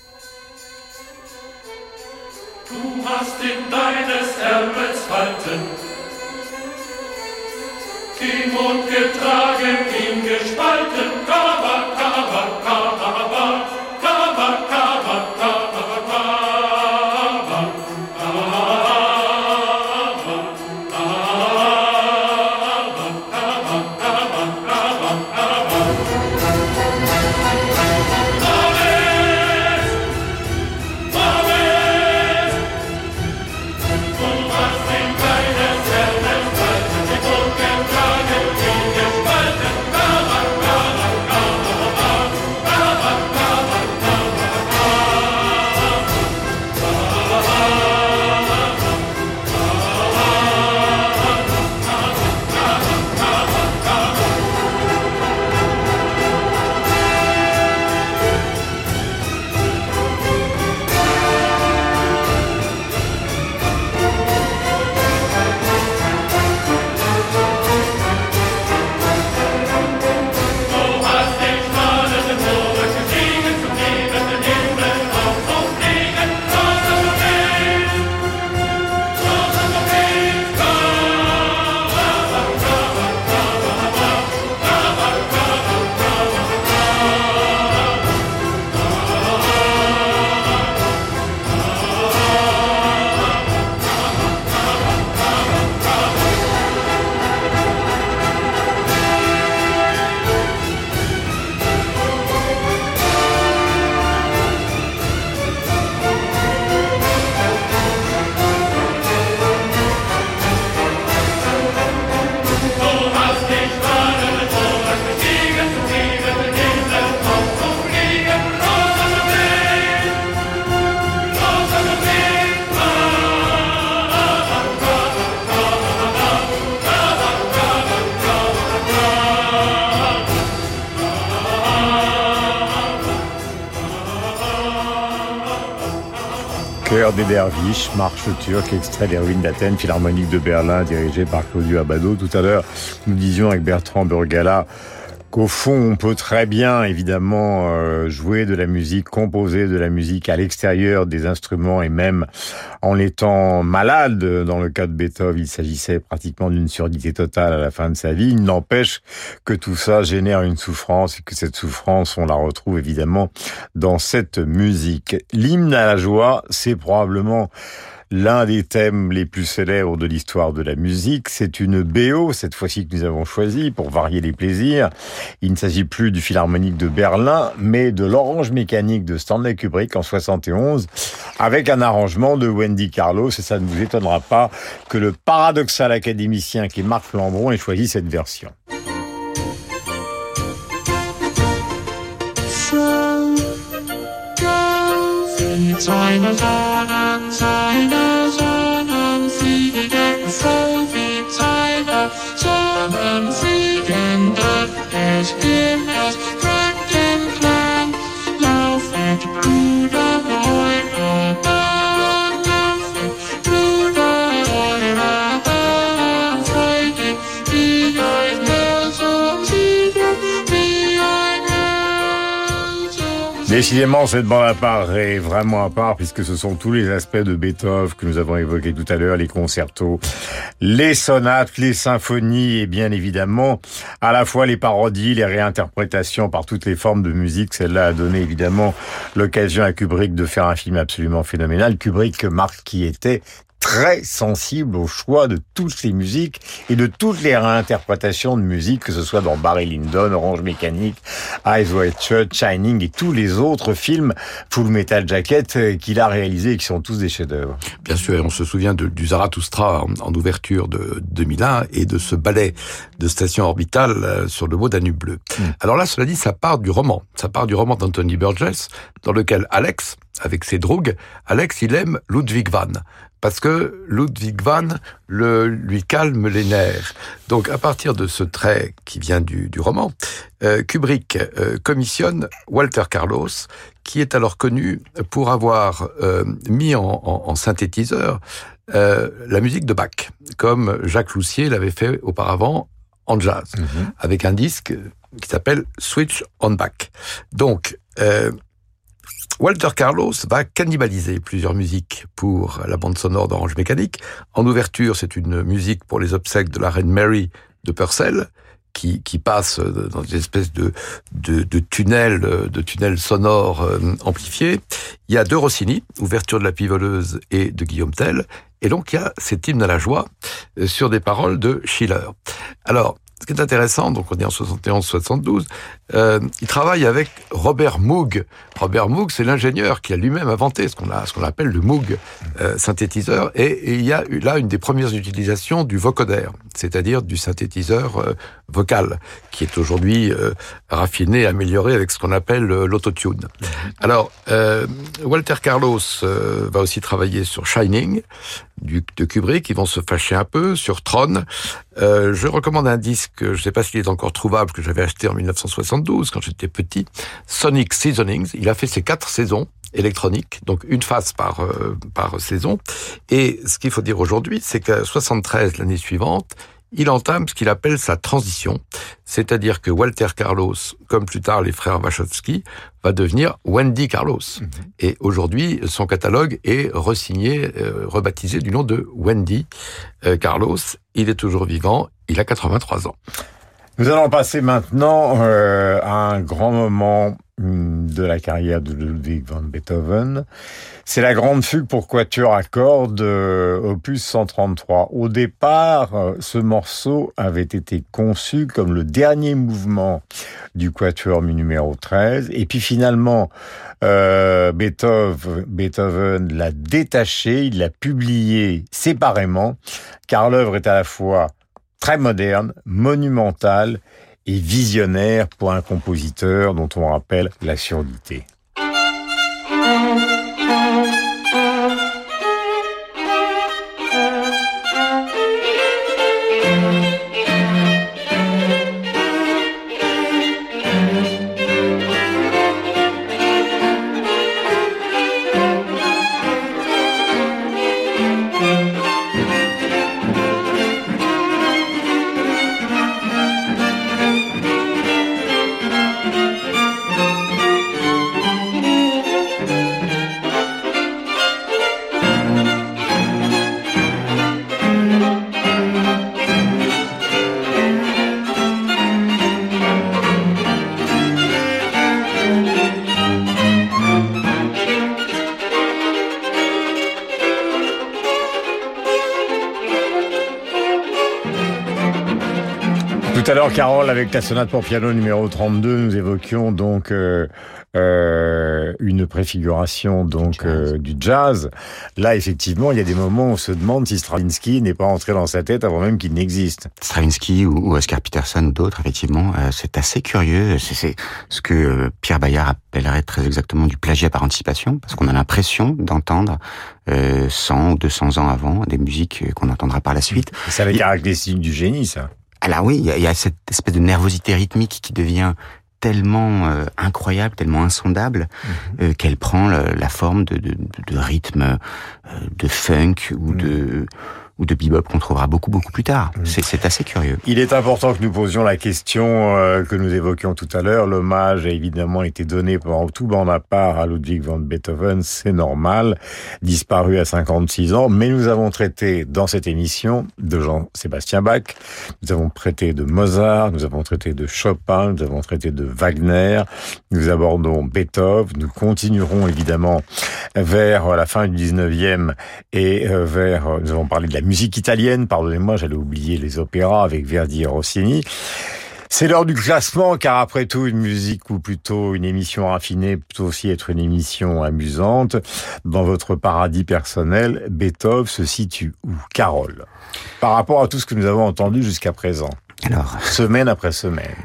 Du hast in deines Erbes Falten den Mond getragen, ihn gespalten, Kaba, Kaba, Kaba, Kaba, Kaba, Kaba, Kaba, Kaba, Chœur des Derviches, marche turque, extrait des ruines d'Athènes, Philharmonique de Berlin, dirigé par Claudio Abbado. Tout à l'heure, nous disions avec Bertrand Burgala qu'au fond, on peut très bien, évidemment, jouer de la musique, composer de la musique à l'extérieur des instruments et même en étant malade. Dans le cas de Beethoven, il s'agissait pratiquement d'une surdité totale à la fin de sa vie. Il n'empêche que tout ça génère une souffrance et que cette souffrance, on la retrouve évidemment dans cette musique. L'hymne à la joie, c'est probablement l'un des thèmes les plus célèbres de l'histoire de la musique. C'est une BO, cette fois-ci, que nous avons choisie pour varier les plaisirs. Il ne s'agit plus du Philharmonique de Berlin, mais de l'Orange Mécanique de Stanley Kubrick en 71, avec un arrangement de Wendy Carlos. Et ça ne vous étonnera pas que le paradoxal académicien qui est Marc Lambron ait choisi cette version. Time is on and time is on and seeking so viel time of time and seeking death is in us stricken plan laughing through the void laughing through the void fighting behind us on seeking behind us. Décidément, cette bande à part est vraiment à part puisque ce sont tous les aspects de Beethoven que nous avons évoqués tout à l'heure, les concertos, les sonates, les symphonies et bien évidemment à la fois les parodies, les réinterprétations par toutes les formes de musique. Celle-là a donné évidemment l'occasion à Kubrick de faire un film absolument phénoménal. Kubrick, Marc, qui était très sensible au choix de toutes les musiques et de toutes les réinterprétations de musique, que ce soit dans Barry Lyndon, Orange Mécanique, Eyes Wide Shut, Shining et tous les autres films Full Metal Jacket qu'il a réalisés et qui sont tous des chefs-d'œuvre. Bien sûr, et on se souvient du Zarathustra en ouverture de 2001 et de ce ballet de station orbitale sur le mot Danube bleu. Alors là, cela dit, ça part du roman. Ça part du roman d'Anthony Burgess, dans lequel Alex, avec ses drogues, Alex, il aime Ludwig van. Parce que Ludwig van lui calme les nerfs. Donc, à partir de ce trait qui vient du roman, Kubrick commissionne Walter Carlos, qui est alors connu pour avoir mis en synthétiseur la musique de Bach, comme Jacques Loussier l'avait fait auparavant en jazz, avec un disque qui s'appelle Switch on Bach. Donc, Walter Carlos va cannibaliser plusieurs musiques pour la bande sonore d'Orange Mécanique. En ouverture, c'est une musique pour les obsèques de la reine Mary de Purcell, qui passe dans une espèce de tunnel sonore amplifié. Il y a de Rossini, ouverture de La Pivoleuse et de Guillaume Tell. Et donc, il y a cet hymne à la joie sur des paroles de Schiller. Alors, ce qui est intéressant, donc on est en 71-72, il travaille avec Robert Moog. Robert Moog, c'est l'ingénieur qui a lui-même inventé ce qu'on appelle le Moog synthétiseur, et il y a là une des premières utilisations du vocoder, c'est-à-dire du synthétiseur vocal, qui est aujourd'hui raffiné, amélioré avec ce qu'on appelle l'autotune. Alors, Walter Carlos va aussi travailler sur Shining, de Kubrick. Ils vont se fâcher un peu sur Tron. Je recommande un disque, je ne sais pas s'il est encore trouvable, que j'avais acheté en 1972 quand j'étais petit, Sonic Seasonings. Il a fait ses 4 saisons électroniques, donc une phase par saison. Et ce qu'il faut dire aujourd'hui, c'est qu'à 73, l'année suivante, il entame ce qu'il appelle sa transition, c'est-à-dire que Walter Carlos, comme plus tard les frères Wachowski, va devenir Wendy Carlos. Et aujourd'hui, son catalogue est re-signé, rebaptisé du nom de Wendy Carlos. Il est toujours vivant, il a 83 ans. Nous allons passer maintenant à un grand moment de la carrière de Ludwig van Beethoven. C'est la grande fugue pour quatuor à cordes, opus 133. Au départ, ce morceau avait été conçu comme le dernier mouvement du quatuor numéro 13. Et puis finalement, Beethoven l'a détaché, il l'a publié séparément, car l'œuvre est à la fois très moderne, monumentale et visionnaire pour un compositeur dont on rappelle la surdité. Tout à l'heure, Carole, avec la sonate pour piano numéro 32, nous évoquions donc une préfiguration du jazz. Là, effectivement, il y a des moments où on se demande si Stravinsky n'est pas entré dans sa tête avant même qu'il n'existe. Stravinsky ou Oscar Peterson ou d'autres, effectivement, c'est assez curieux. C'est ce que Pierre Bayard appellerait très exactement du plagiat par anticipation, parce qu'on a l'impression d'entendre 100 ou 200 ans avant des musiques qu'on entendra par la suite. C'est la caractéristique du génie, ça. Alors oui, il y a cette espèce de nervosité rythmique qui devient tellement incroyable, tellement insondable, qu'elle prend la forme de rythme de funk ou de bebop qu'on trouvera beaucoup plus tard. C'est assez curieux. Il est important que nous posions la question que nous évoquions tout à l'heure. L'hommage a évidemment été donné pendant tout Bonaparte à Ludwig van Beethoven, c'est normal, disparu à 56 ans, mais nous avons traité dans cette émission de Jean-Sébastien Bach, nous avons traité de Mozart, nous avons traité de Chopin, nous avons traité de Wagner, nous abordons Beethoven, nous continuerons évidemment vers la fin du 19e et nous avons parlé de la musique italienne, pardonnez-moi, j'allais oublier les opéras avec Verdi et Rossini. C'est l'heure du classement, car après tout, une musique ou plutôt une émission raffinée peut aussi être une émission amusante. Dans votre paradis personnel, Beethoven se situe où, Carole, par rapport à tout ce que nous avons entendu jusqu'à présent? Alors, semaine après semaine.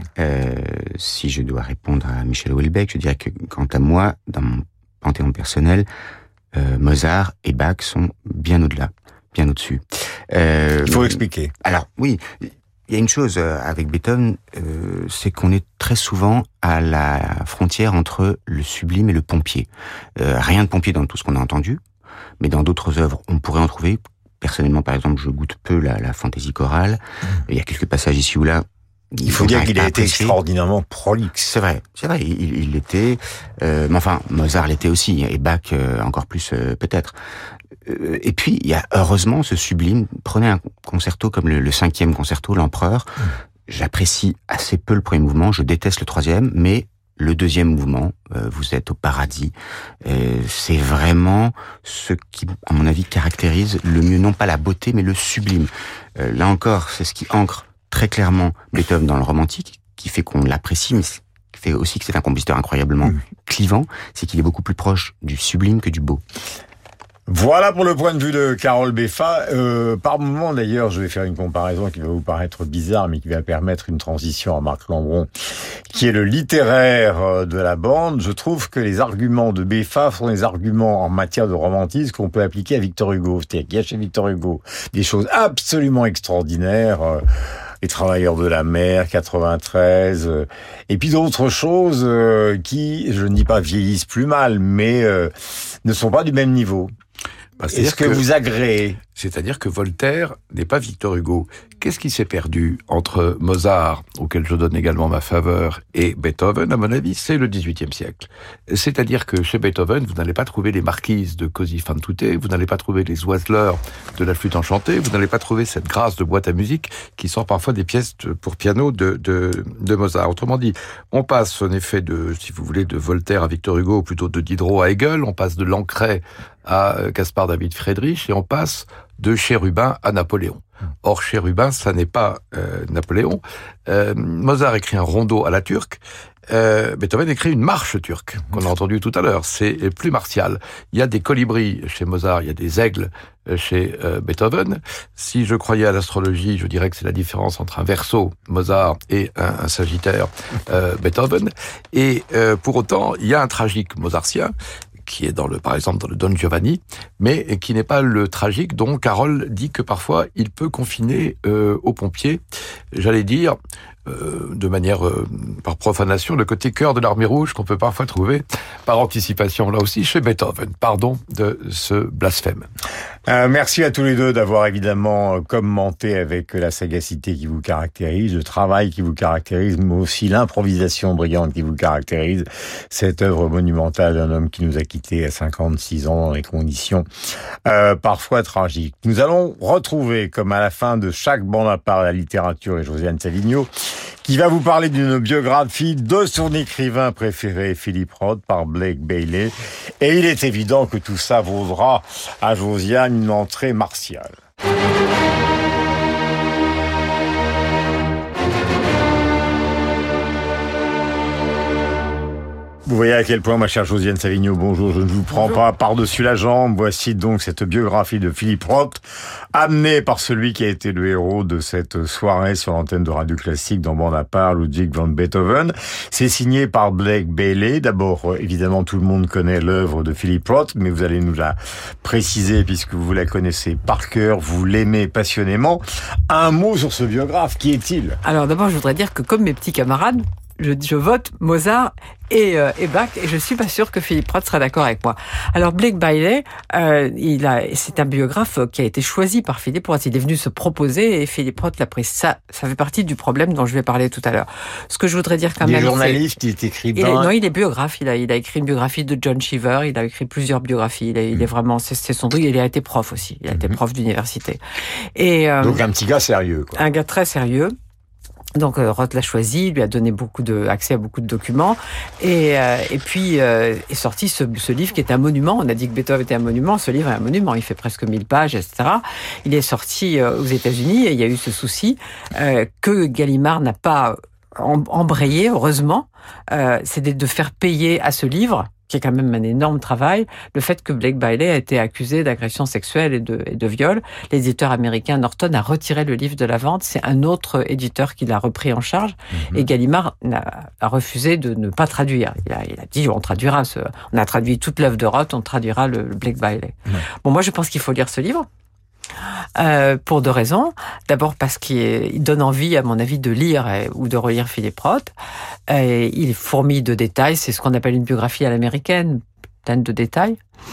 Si je dois répondre à Michel Houellebecq, je dirais que quant à moi, dans mon panthéon personnel, Mozart et Bach sont bien au-delà. Bien au-dessus. Il faut expliquer. Alors, oui, il y a une chose avec Beethoven, c'est qu'on est très souvent à la frontière entre le sublime et le pompier. Rien de pompier dans tout ce qu'on a entendu, mais dans d'autres œuvres, on pourrait en trouver. Personnellement, par exemple, je goûte peu la fantaisie chorale. Il y a quelques passages ici ou là. Il faut dire qu'il a été extraordinairement prolixe. C'est vrai, il l'était. Mais enfin, Mozart l'était aussi, et Bach encore plus peut-être. Et puis, il y a heureusement ce sublime. Prenez un concerto comme le 5e concerto, l'Empereur. J'apprécie assez peu le premier mouvement, je déteste le 3e, mais le 2e mouvement, vous êtes au paradis. C'est vraiment ce qui, à mon avis, caractérise le mieux, non pas la beauté, mais le sublime. Là encore, c'est ce qui ancre très clairement Beethoven dans le romantique, qui fait qu'on l'apprécie, mais qui fait aussi que c'est un compositeur incroyablement clivant, c'est qu'il est beaucoup plus proche du sublime que du beau. Voilà pour le point de vue de Carole Beffa. Par moment, d'ailleurs, je vais faire une comparaison qui va vous paraître bizarre, mais qui va permettre une transition à Marc Lambron, qui est le littéraire de la bande. Je trouve que les arguments de Beffa sont des arguments en matière de romantisme qu'on peut appliquer à Victor Hugo. C'est-à-dire qu'il y a chez Victor Hugo des choses absolument extraordinaires. Les Travailleurs de la mer, 93, et puis d'autres choses qui, je ne dis pas vieillissent plus mal, mais ne sont pas du même niveau. Est-ce que vous agréez? C'est-à-dire que Voltaire n'est pas Victor Hugo. Qu'est-ce qui s'est perdu entre Mozart, auquel je donne également ma faveur, et Beethoven, à mon avis, c'est le XVIIIe siècle. C'est-à-dire que chez Beethoven, vous n'allez pas trouver les marquises de Così fan tutte, vous n'allez pas trouver les oiseleurs de la flûte enchantée, vous n'allez pas trouver cette grâce de boîte à musique qui sort parfois des pièces pour piano de Mozart. Autrement dit, on passe en effet si vous voulez, de Voltaire à Victor Hugo, ou plutôt de Diderot à Hegel, on passe de Lancret à Caspar David Friedrich, et on passe de Chérubin à Napoléon. Or, Chérubin, ça n'est pas Napoléon. Mozart écrit un rondo à la turque. Beethoven écrit une marche turque, qu'on a entendu tout à l'heure. C'est plus martial. Il y a des colibris chez Mozart, il y a des aigles chez Beethoven. Si je croyais à l'astrologie, je dirais que c'est la différence entre un Verseau, Mozart, et un Sagittaire, Beethoven. Et pour autant, il y a un tragique mozartien, qui est par exemple dans le Don Giovanni, mais qui n'est pas le tragique dont Carole dit que parfois il peut confiner aux pompiers, j'allais dire, de manière par profanation, le côté cœur de l'armée rouge qu'on peut parfois trouver par anticipation, là aussi, chez Beethoven. Pardon de ce blasphème. Merci à tous les deux d'avoir évidemment commenté avec la sagacité qui vous caractérise, le travail qui vous caractérise, mais aussi l'improvisation brillante qui vous caractérise, cette œuvre monumentale d'un homme qui nous a quittés à 56 ans dans des conditions parfois tragiques. Nous allons retrouver, comme à la fin de chaque Bonaparte, la littérature et Josiane Savigno, qui va vous parler d'une biographie de son écrivain préféré, Philip Roth, par Blake Bailey. Et il est évident que tout ça vaudra à Josiane une entrée martiale. Vous voyez à quel point, ma chère Josiane Savigno, bonjour, je ne vous prends pas par-dessus la jambe. Voici donc cette biographie de Philippe Roth, amenée par celui qui a été le héros de cette soirée sur l'antenne de Radio Classique dans Bande à part, Ludwig van Beethoven. C'est signé par Blake Bailey. D'abord, évidemment, tout le monde connaît l'œuvre de Philippe Roth, mais vous allez nous la préciser puisque vous la connaissez par cœur, vous l'aimez passionnément. Un mot sur ce biographe, qui est-il? Alors d'abord, je voudrais dire que comme mes petits camarades, je vote Mozart et Bach, et je suis pas sûre que Philippe Roth sera d'accord avec moi. Alors Blake Bailey, c'est un biographe qui a été choisi par Philippe Roth. Il est venu se proposer et Philippe Roth l'a pris. Ça fait partie du problème dont je vais parler tout à l'heure. Ce que je voudrais dire quand même, il est journaliste, il est écrivain. Non, il est biographe. Il a écrit une biographie de John Cheever. Il a écrit plusieurs biographies. Il est vraiment, c'est son truc. Il a été prof aussi. Il a été prof d'université. Et donc un petit gars sérieux, quoi. Un gars très sérieux. Donc Roth l'a choisi, il lui a donné accès à beaucoup de documents, et puis est sorti ce livre qui est un monument. On a dit que Beethoven était un monument, ce livre est un monument, il fait presque 1000 pages, etc. Il est sorti aux États-Unis et il y a eu ce souci que Gallimard n'a pas embrayé, heureusement, c'est de faire payer à ce livre, qui est quand même un énorme travail, le fait que Blake Bailey a été accusé d'agression sexuelle et de viol. L'éditeur américain Norton a retiré le livre de la vente. C'est un autre éditeur qui l'a repris en charge. Et Gallimard a refusé de ne pas traduire. Il a dit, on traduira on a traduit toute l'œuvre de Roth, on traduira le Blake Bailey. Bon, moi, je pense qu'il faut lire ce livre. Pour deux raisons. D'abord parce qu'il donne envie, à mon avis, de lire ou de relire Philippe Roth. Il est fourmi de détails. C'est ce qu'on appelle une biographie à l'américaine, pleine de détails.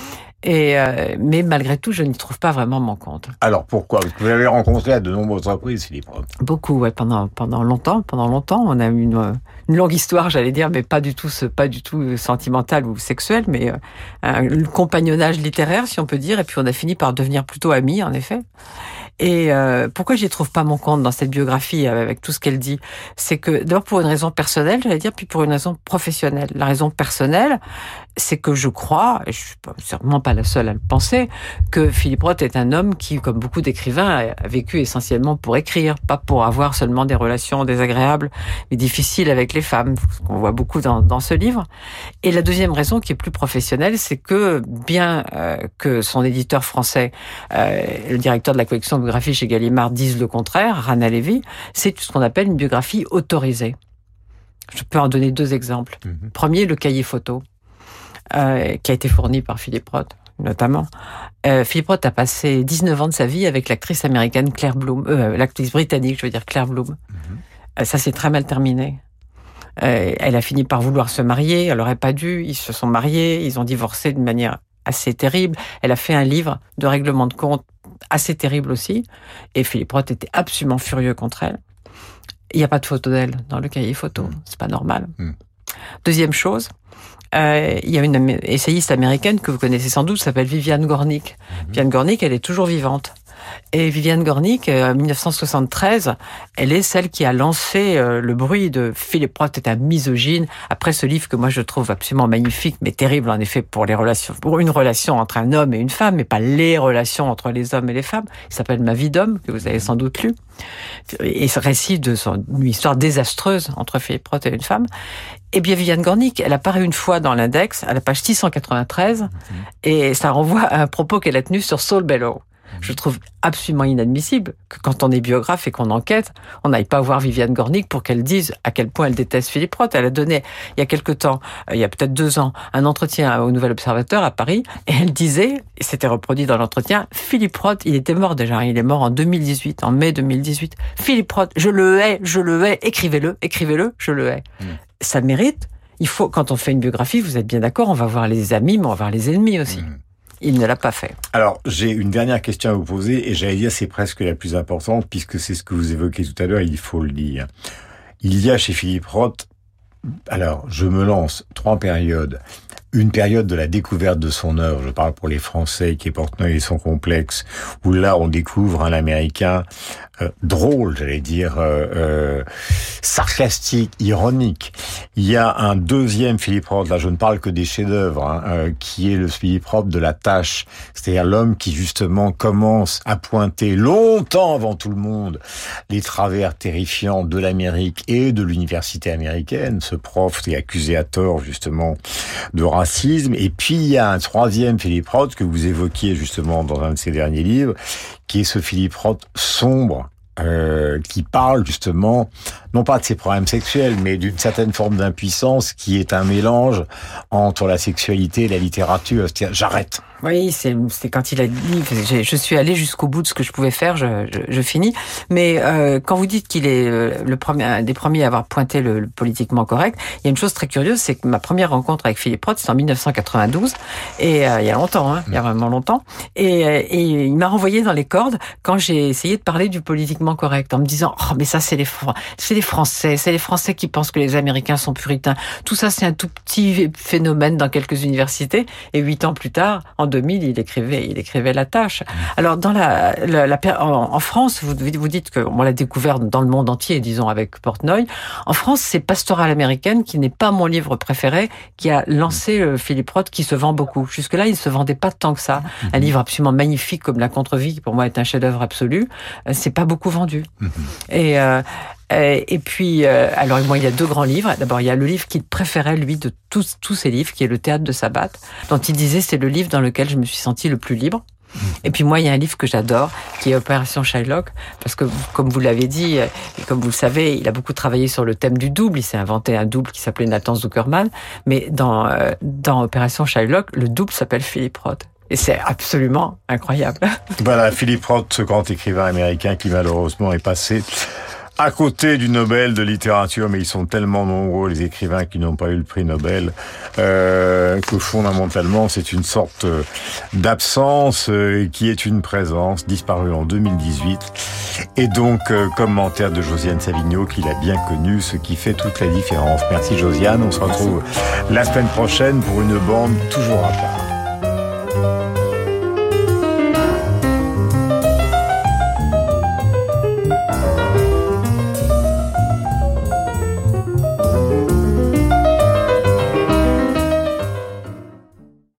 Mais malgré tout, je n'y trouve pas vraiment mon compte. Alors pourquoi? Parce que vous l'avez rencontré à de nombreuses reprises, Philippe Roth. Beaucoup, ouais, pendant longtemps. On a eu une longue histoire, j'allais dire, mais pas du tout sentimentale ou sexuelle, mais un compagnonnage littéraire, si on peut dire. Et puis on a fini par devenir plutôt amis, en effet. Et pourquoi j'y trouve pas mon compte dans cette biographie avec tout ce qu'elle dit? C'est que d'abord pour une raison personnelle, j'allais dire, puis pour une raison professionnelle. La raison personnelle, c'est que je crois, et je suis sûrement pas la seule à le penser, que Philippe Roth est un homme qui, comme beaucoup d'écrivains, a vécu essentiellement pour écrire, pas pour avoir seulement des relations désagréables mais difficiles avec les femmes, ce qu'on voit beaucoup dans ce livre. Et la deuxième raison, qui est plus professionnelle, c'est que bien que son éditeur français, le directeur de la collection de biographie chez Gallimard, dise le contraire, Rana Levy, c'est ce qu'on appelle une biographie autorisée. Je peux en donner deux exemples. Premier, le cahier photo, qui a été fourni par Philippe Roth, notamment. Philippe Roth a passé 19 ans de sa vie avec l'actrice américaine Claire Bloom, l'actrice britannique, je veux dire Claire Bloom. Ça s'est très mal terminé. Elle a fini par vouloir se marier, elle n'aurait pas dû, ils se sont mariés, ils ont divorcé d'une manière assez terrible. Elle a fait un livre de règlement de compte assez terrible aussi, et Philippe Roth était absolument furieux contre elle. Il n'y a pas de photo d'elle dans le cahier photo, c'est pas normal. Deuxième chose, il y a une essayiste américaine que vous connaissez sans doute, s'appelle Viviane Gornick. Viviane Gornick, elle est toujours vivante. Et Viviane Gornick, en 1973, elle est celle qui a lancé le bruit de Philippe Roth est un misogyne. Après ce livre que moi je trouve absolument magnifique, mais terrible en effet pour une relation entre un homme et une femme, mais pas les relations entre les hommes et les femmes. Il s'appelle Ma vie d'homme, que vous avez sans doute lu. Et ce récit une histoire désastreuse entre Philippe Roth et une femme. Eh bien, Viviane Gornick, elle apparaît une fois dans l'index, à la page 693, et ça renvoie à un propos qu'elle a tenu sur Saul Bellow. Je trouve absolument inadmissible que quand on est biographe et qu'on enquête, on n'aille pas voir Viviane Gornick pour qu'elle dise à quel point elle déteste Philippe Roth. Elle a donné, il y a quelque temps, il y a peut-être 2 ans, un entretien au Nouvel Observateur à Paris, et elle disait, et c'était reproduit dans l'entretien, Philippe Roth, il était mort déjà, il est mort en 2018, en mai 2018. Philippe Roth, je le hais, écrivez-le, je le hais. Ça mérite, il faut, quand on fait une biographie, vous êtes bien d'accord, on va voir les amis, mais on va voir les ennemis aussi. Il ne l'a pas fait. Alors, j'ai une dernière question à vous poser, et j'allais dire c'est presque la plus importante, puisque c'est ce que vous évoquez tout à l'heure, il faut le dire. Il y a chez Philippe Roth, alors, je me lance, 3 périodes. Une période de la découverte de son œuvre, je parle pour les Français, qui est Portnoy et son complexe, où là, on découvre un Américain drôle, j'allais dire, sarcastique, ironique. Il y a un deuxième Philippe Roth, là je ne parle que des chefs-d'œuvre, qui est le Philippe Roth de La Tâche, c'est-à-dire l'homme qui justement commence à pointer longtemps avant tout le monde les travers terrifiants de l'Amérique et de l'université américaine, ce prof qui est accusé à tort justement de racisme. Et puis il y a un troisième Philippe Roth que vous évoquiez justement dans un de ses derniers livres, qui est ce Philippe Roth sombre, qui parle justement, non pas de ses problèmes sexuels, mais d'une certaine forme d'impuissance qui est un mélange entre la sexualité et la littérature. C'est-à-dire, j'arrête. Oui, c'est quand il a dit, je suis allé jusqu'au bout de ce que je pouvais faire, je finis. Mais quand vous dites qu'il est un des premiers à avoir pointé le politiquement correct, il y a une chose très curieuse, c'est que ma première rencontre avec Philippe Roth, c'est en 1992, et il y a longtemps, il y a vraiment longtemps, et il m'a renvoyé dans les cordes quand j'ai essayé de parler du politiquement correct, en me disant « Oh, mais ça, c'est les Français qui pensent que les Américains sont puritains. Tout ça, c'est un tout petit phénomène dans quelques universités. » Et 8 ans plus tard, en 2000, il écrivait La Tâche. Alors, en France, vous dites qu'on l'a découvert dans le monde entier, disons, avec Portnoy. En France, c'est Pastorale américaine, qui n'est pas mon livre préféré, qui a lancé Philippe Roth, qui se vend beaucoup. Jusque-là, il se vendait pas tant que ça. Un livre absolument magnifique comme La Contre-vie, qui pour moi est un chef-d'œuvre absolu, c'est pas beaucoup vendu. Et puis, alors moi, il y a 2 grands livres. D'abord, il y a le livre qu'il préférait, lui, de tous ses livres, qui est Le Théâtre de Sabbat, dont il disait c'est le livre dans lequel je me suis senti le plus libre. Et puis moi, il y a un livre que j'adore, qui est Opération Shylock, parce que, comme vous l'avez dit, et comme vous le savez, il a beaucoup travaillé sur le thème du double. Il s'est inventé un double qui s'appelait Nathan Zuckerman. Mais dans Opération Shylock, le double s'appelle Philippe Roth. Et c'est absolument incroyable. Voilà, Philippe Roth, ce grand écrivain américain qui malheureusement est passé à côté du Nobel de littérature, mais ils sont tellement nombreux, les écrivains qui n'ont pas eu le prix Nobel, que fondamentalement, c'est une sorte d'absence qui est une présence, disparue en 2018. Et donc, commentaire de Josiane Savigno, qu'il a bien connu, ce qui fait toute la différence. Merci Josiane, on se retrouve la semaine prochaine pour une bande toujours à part.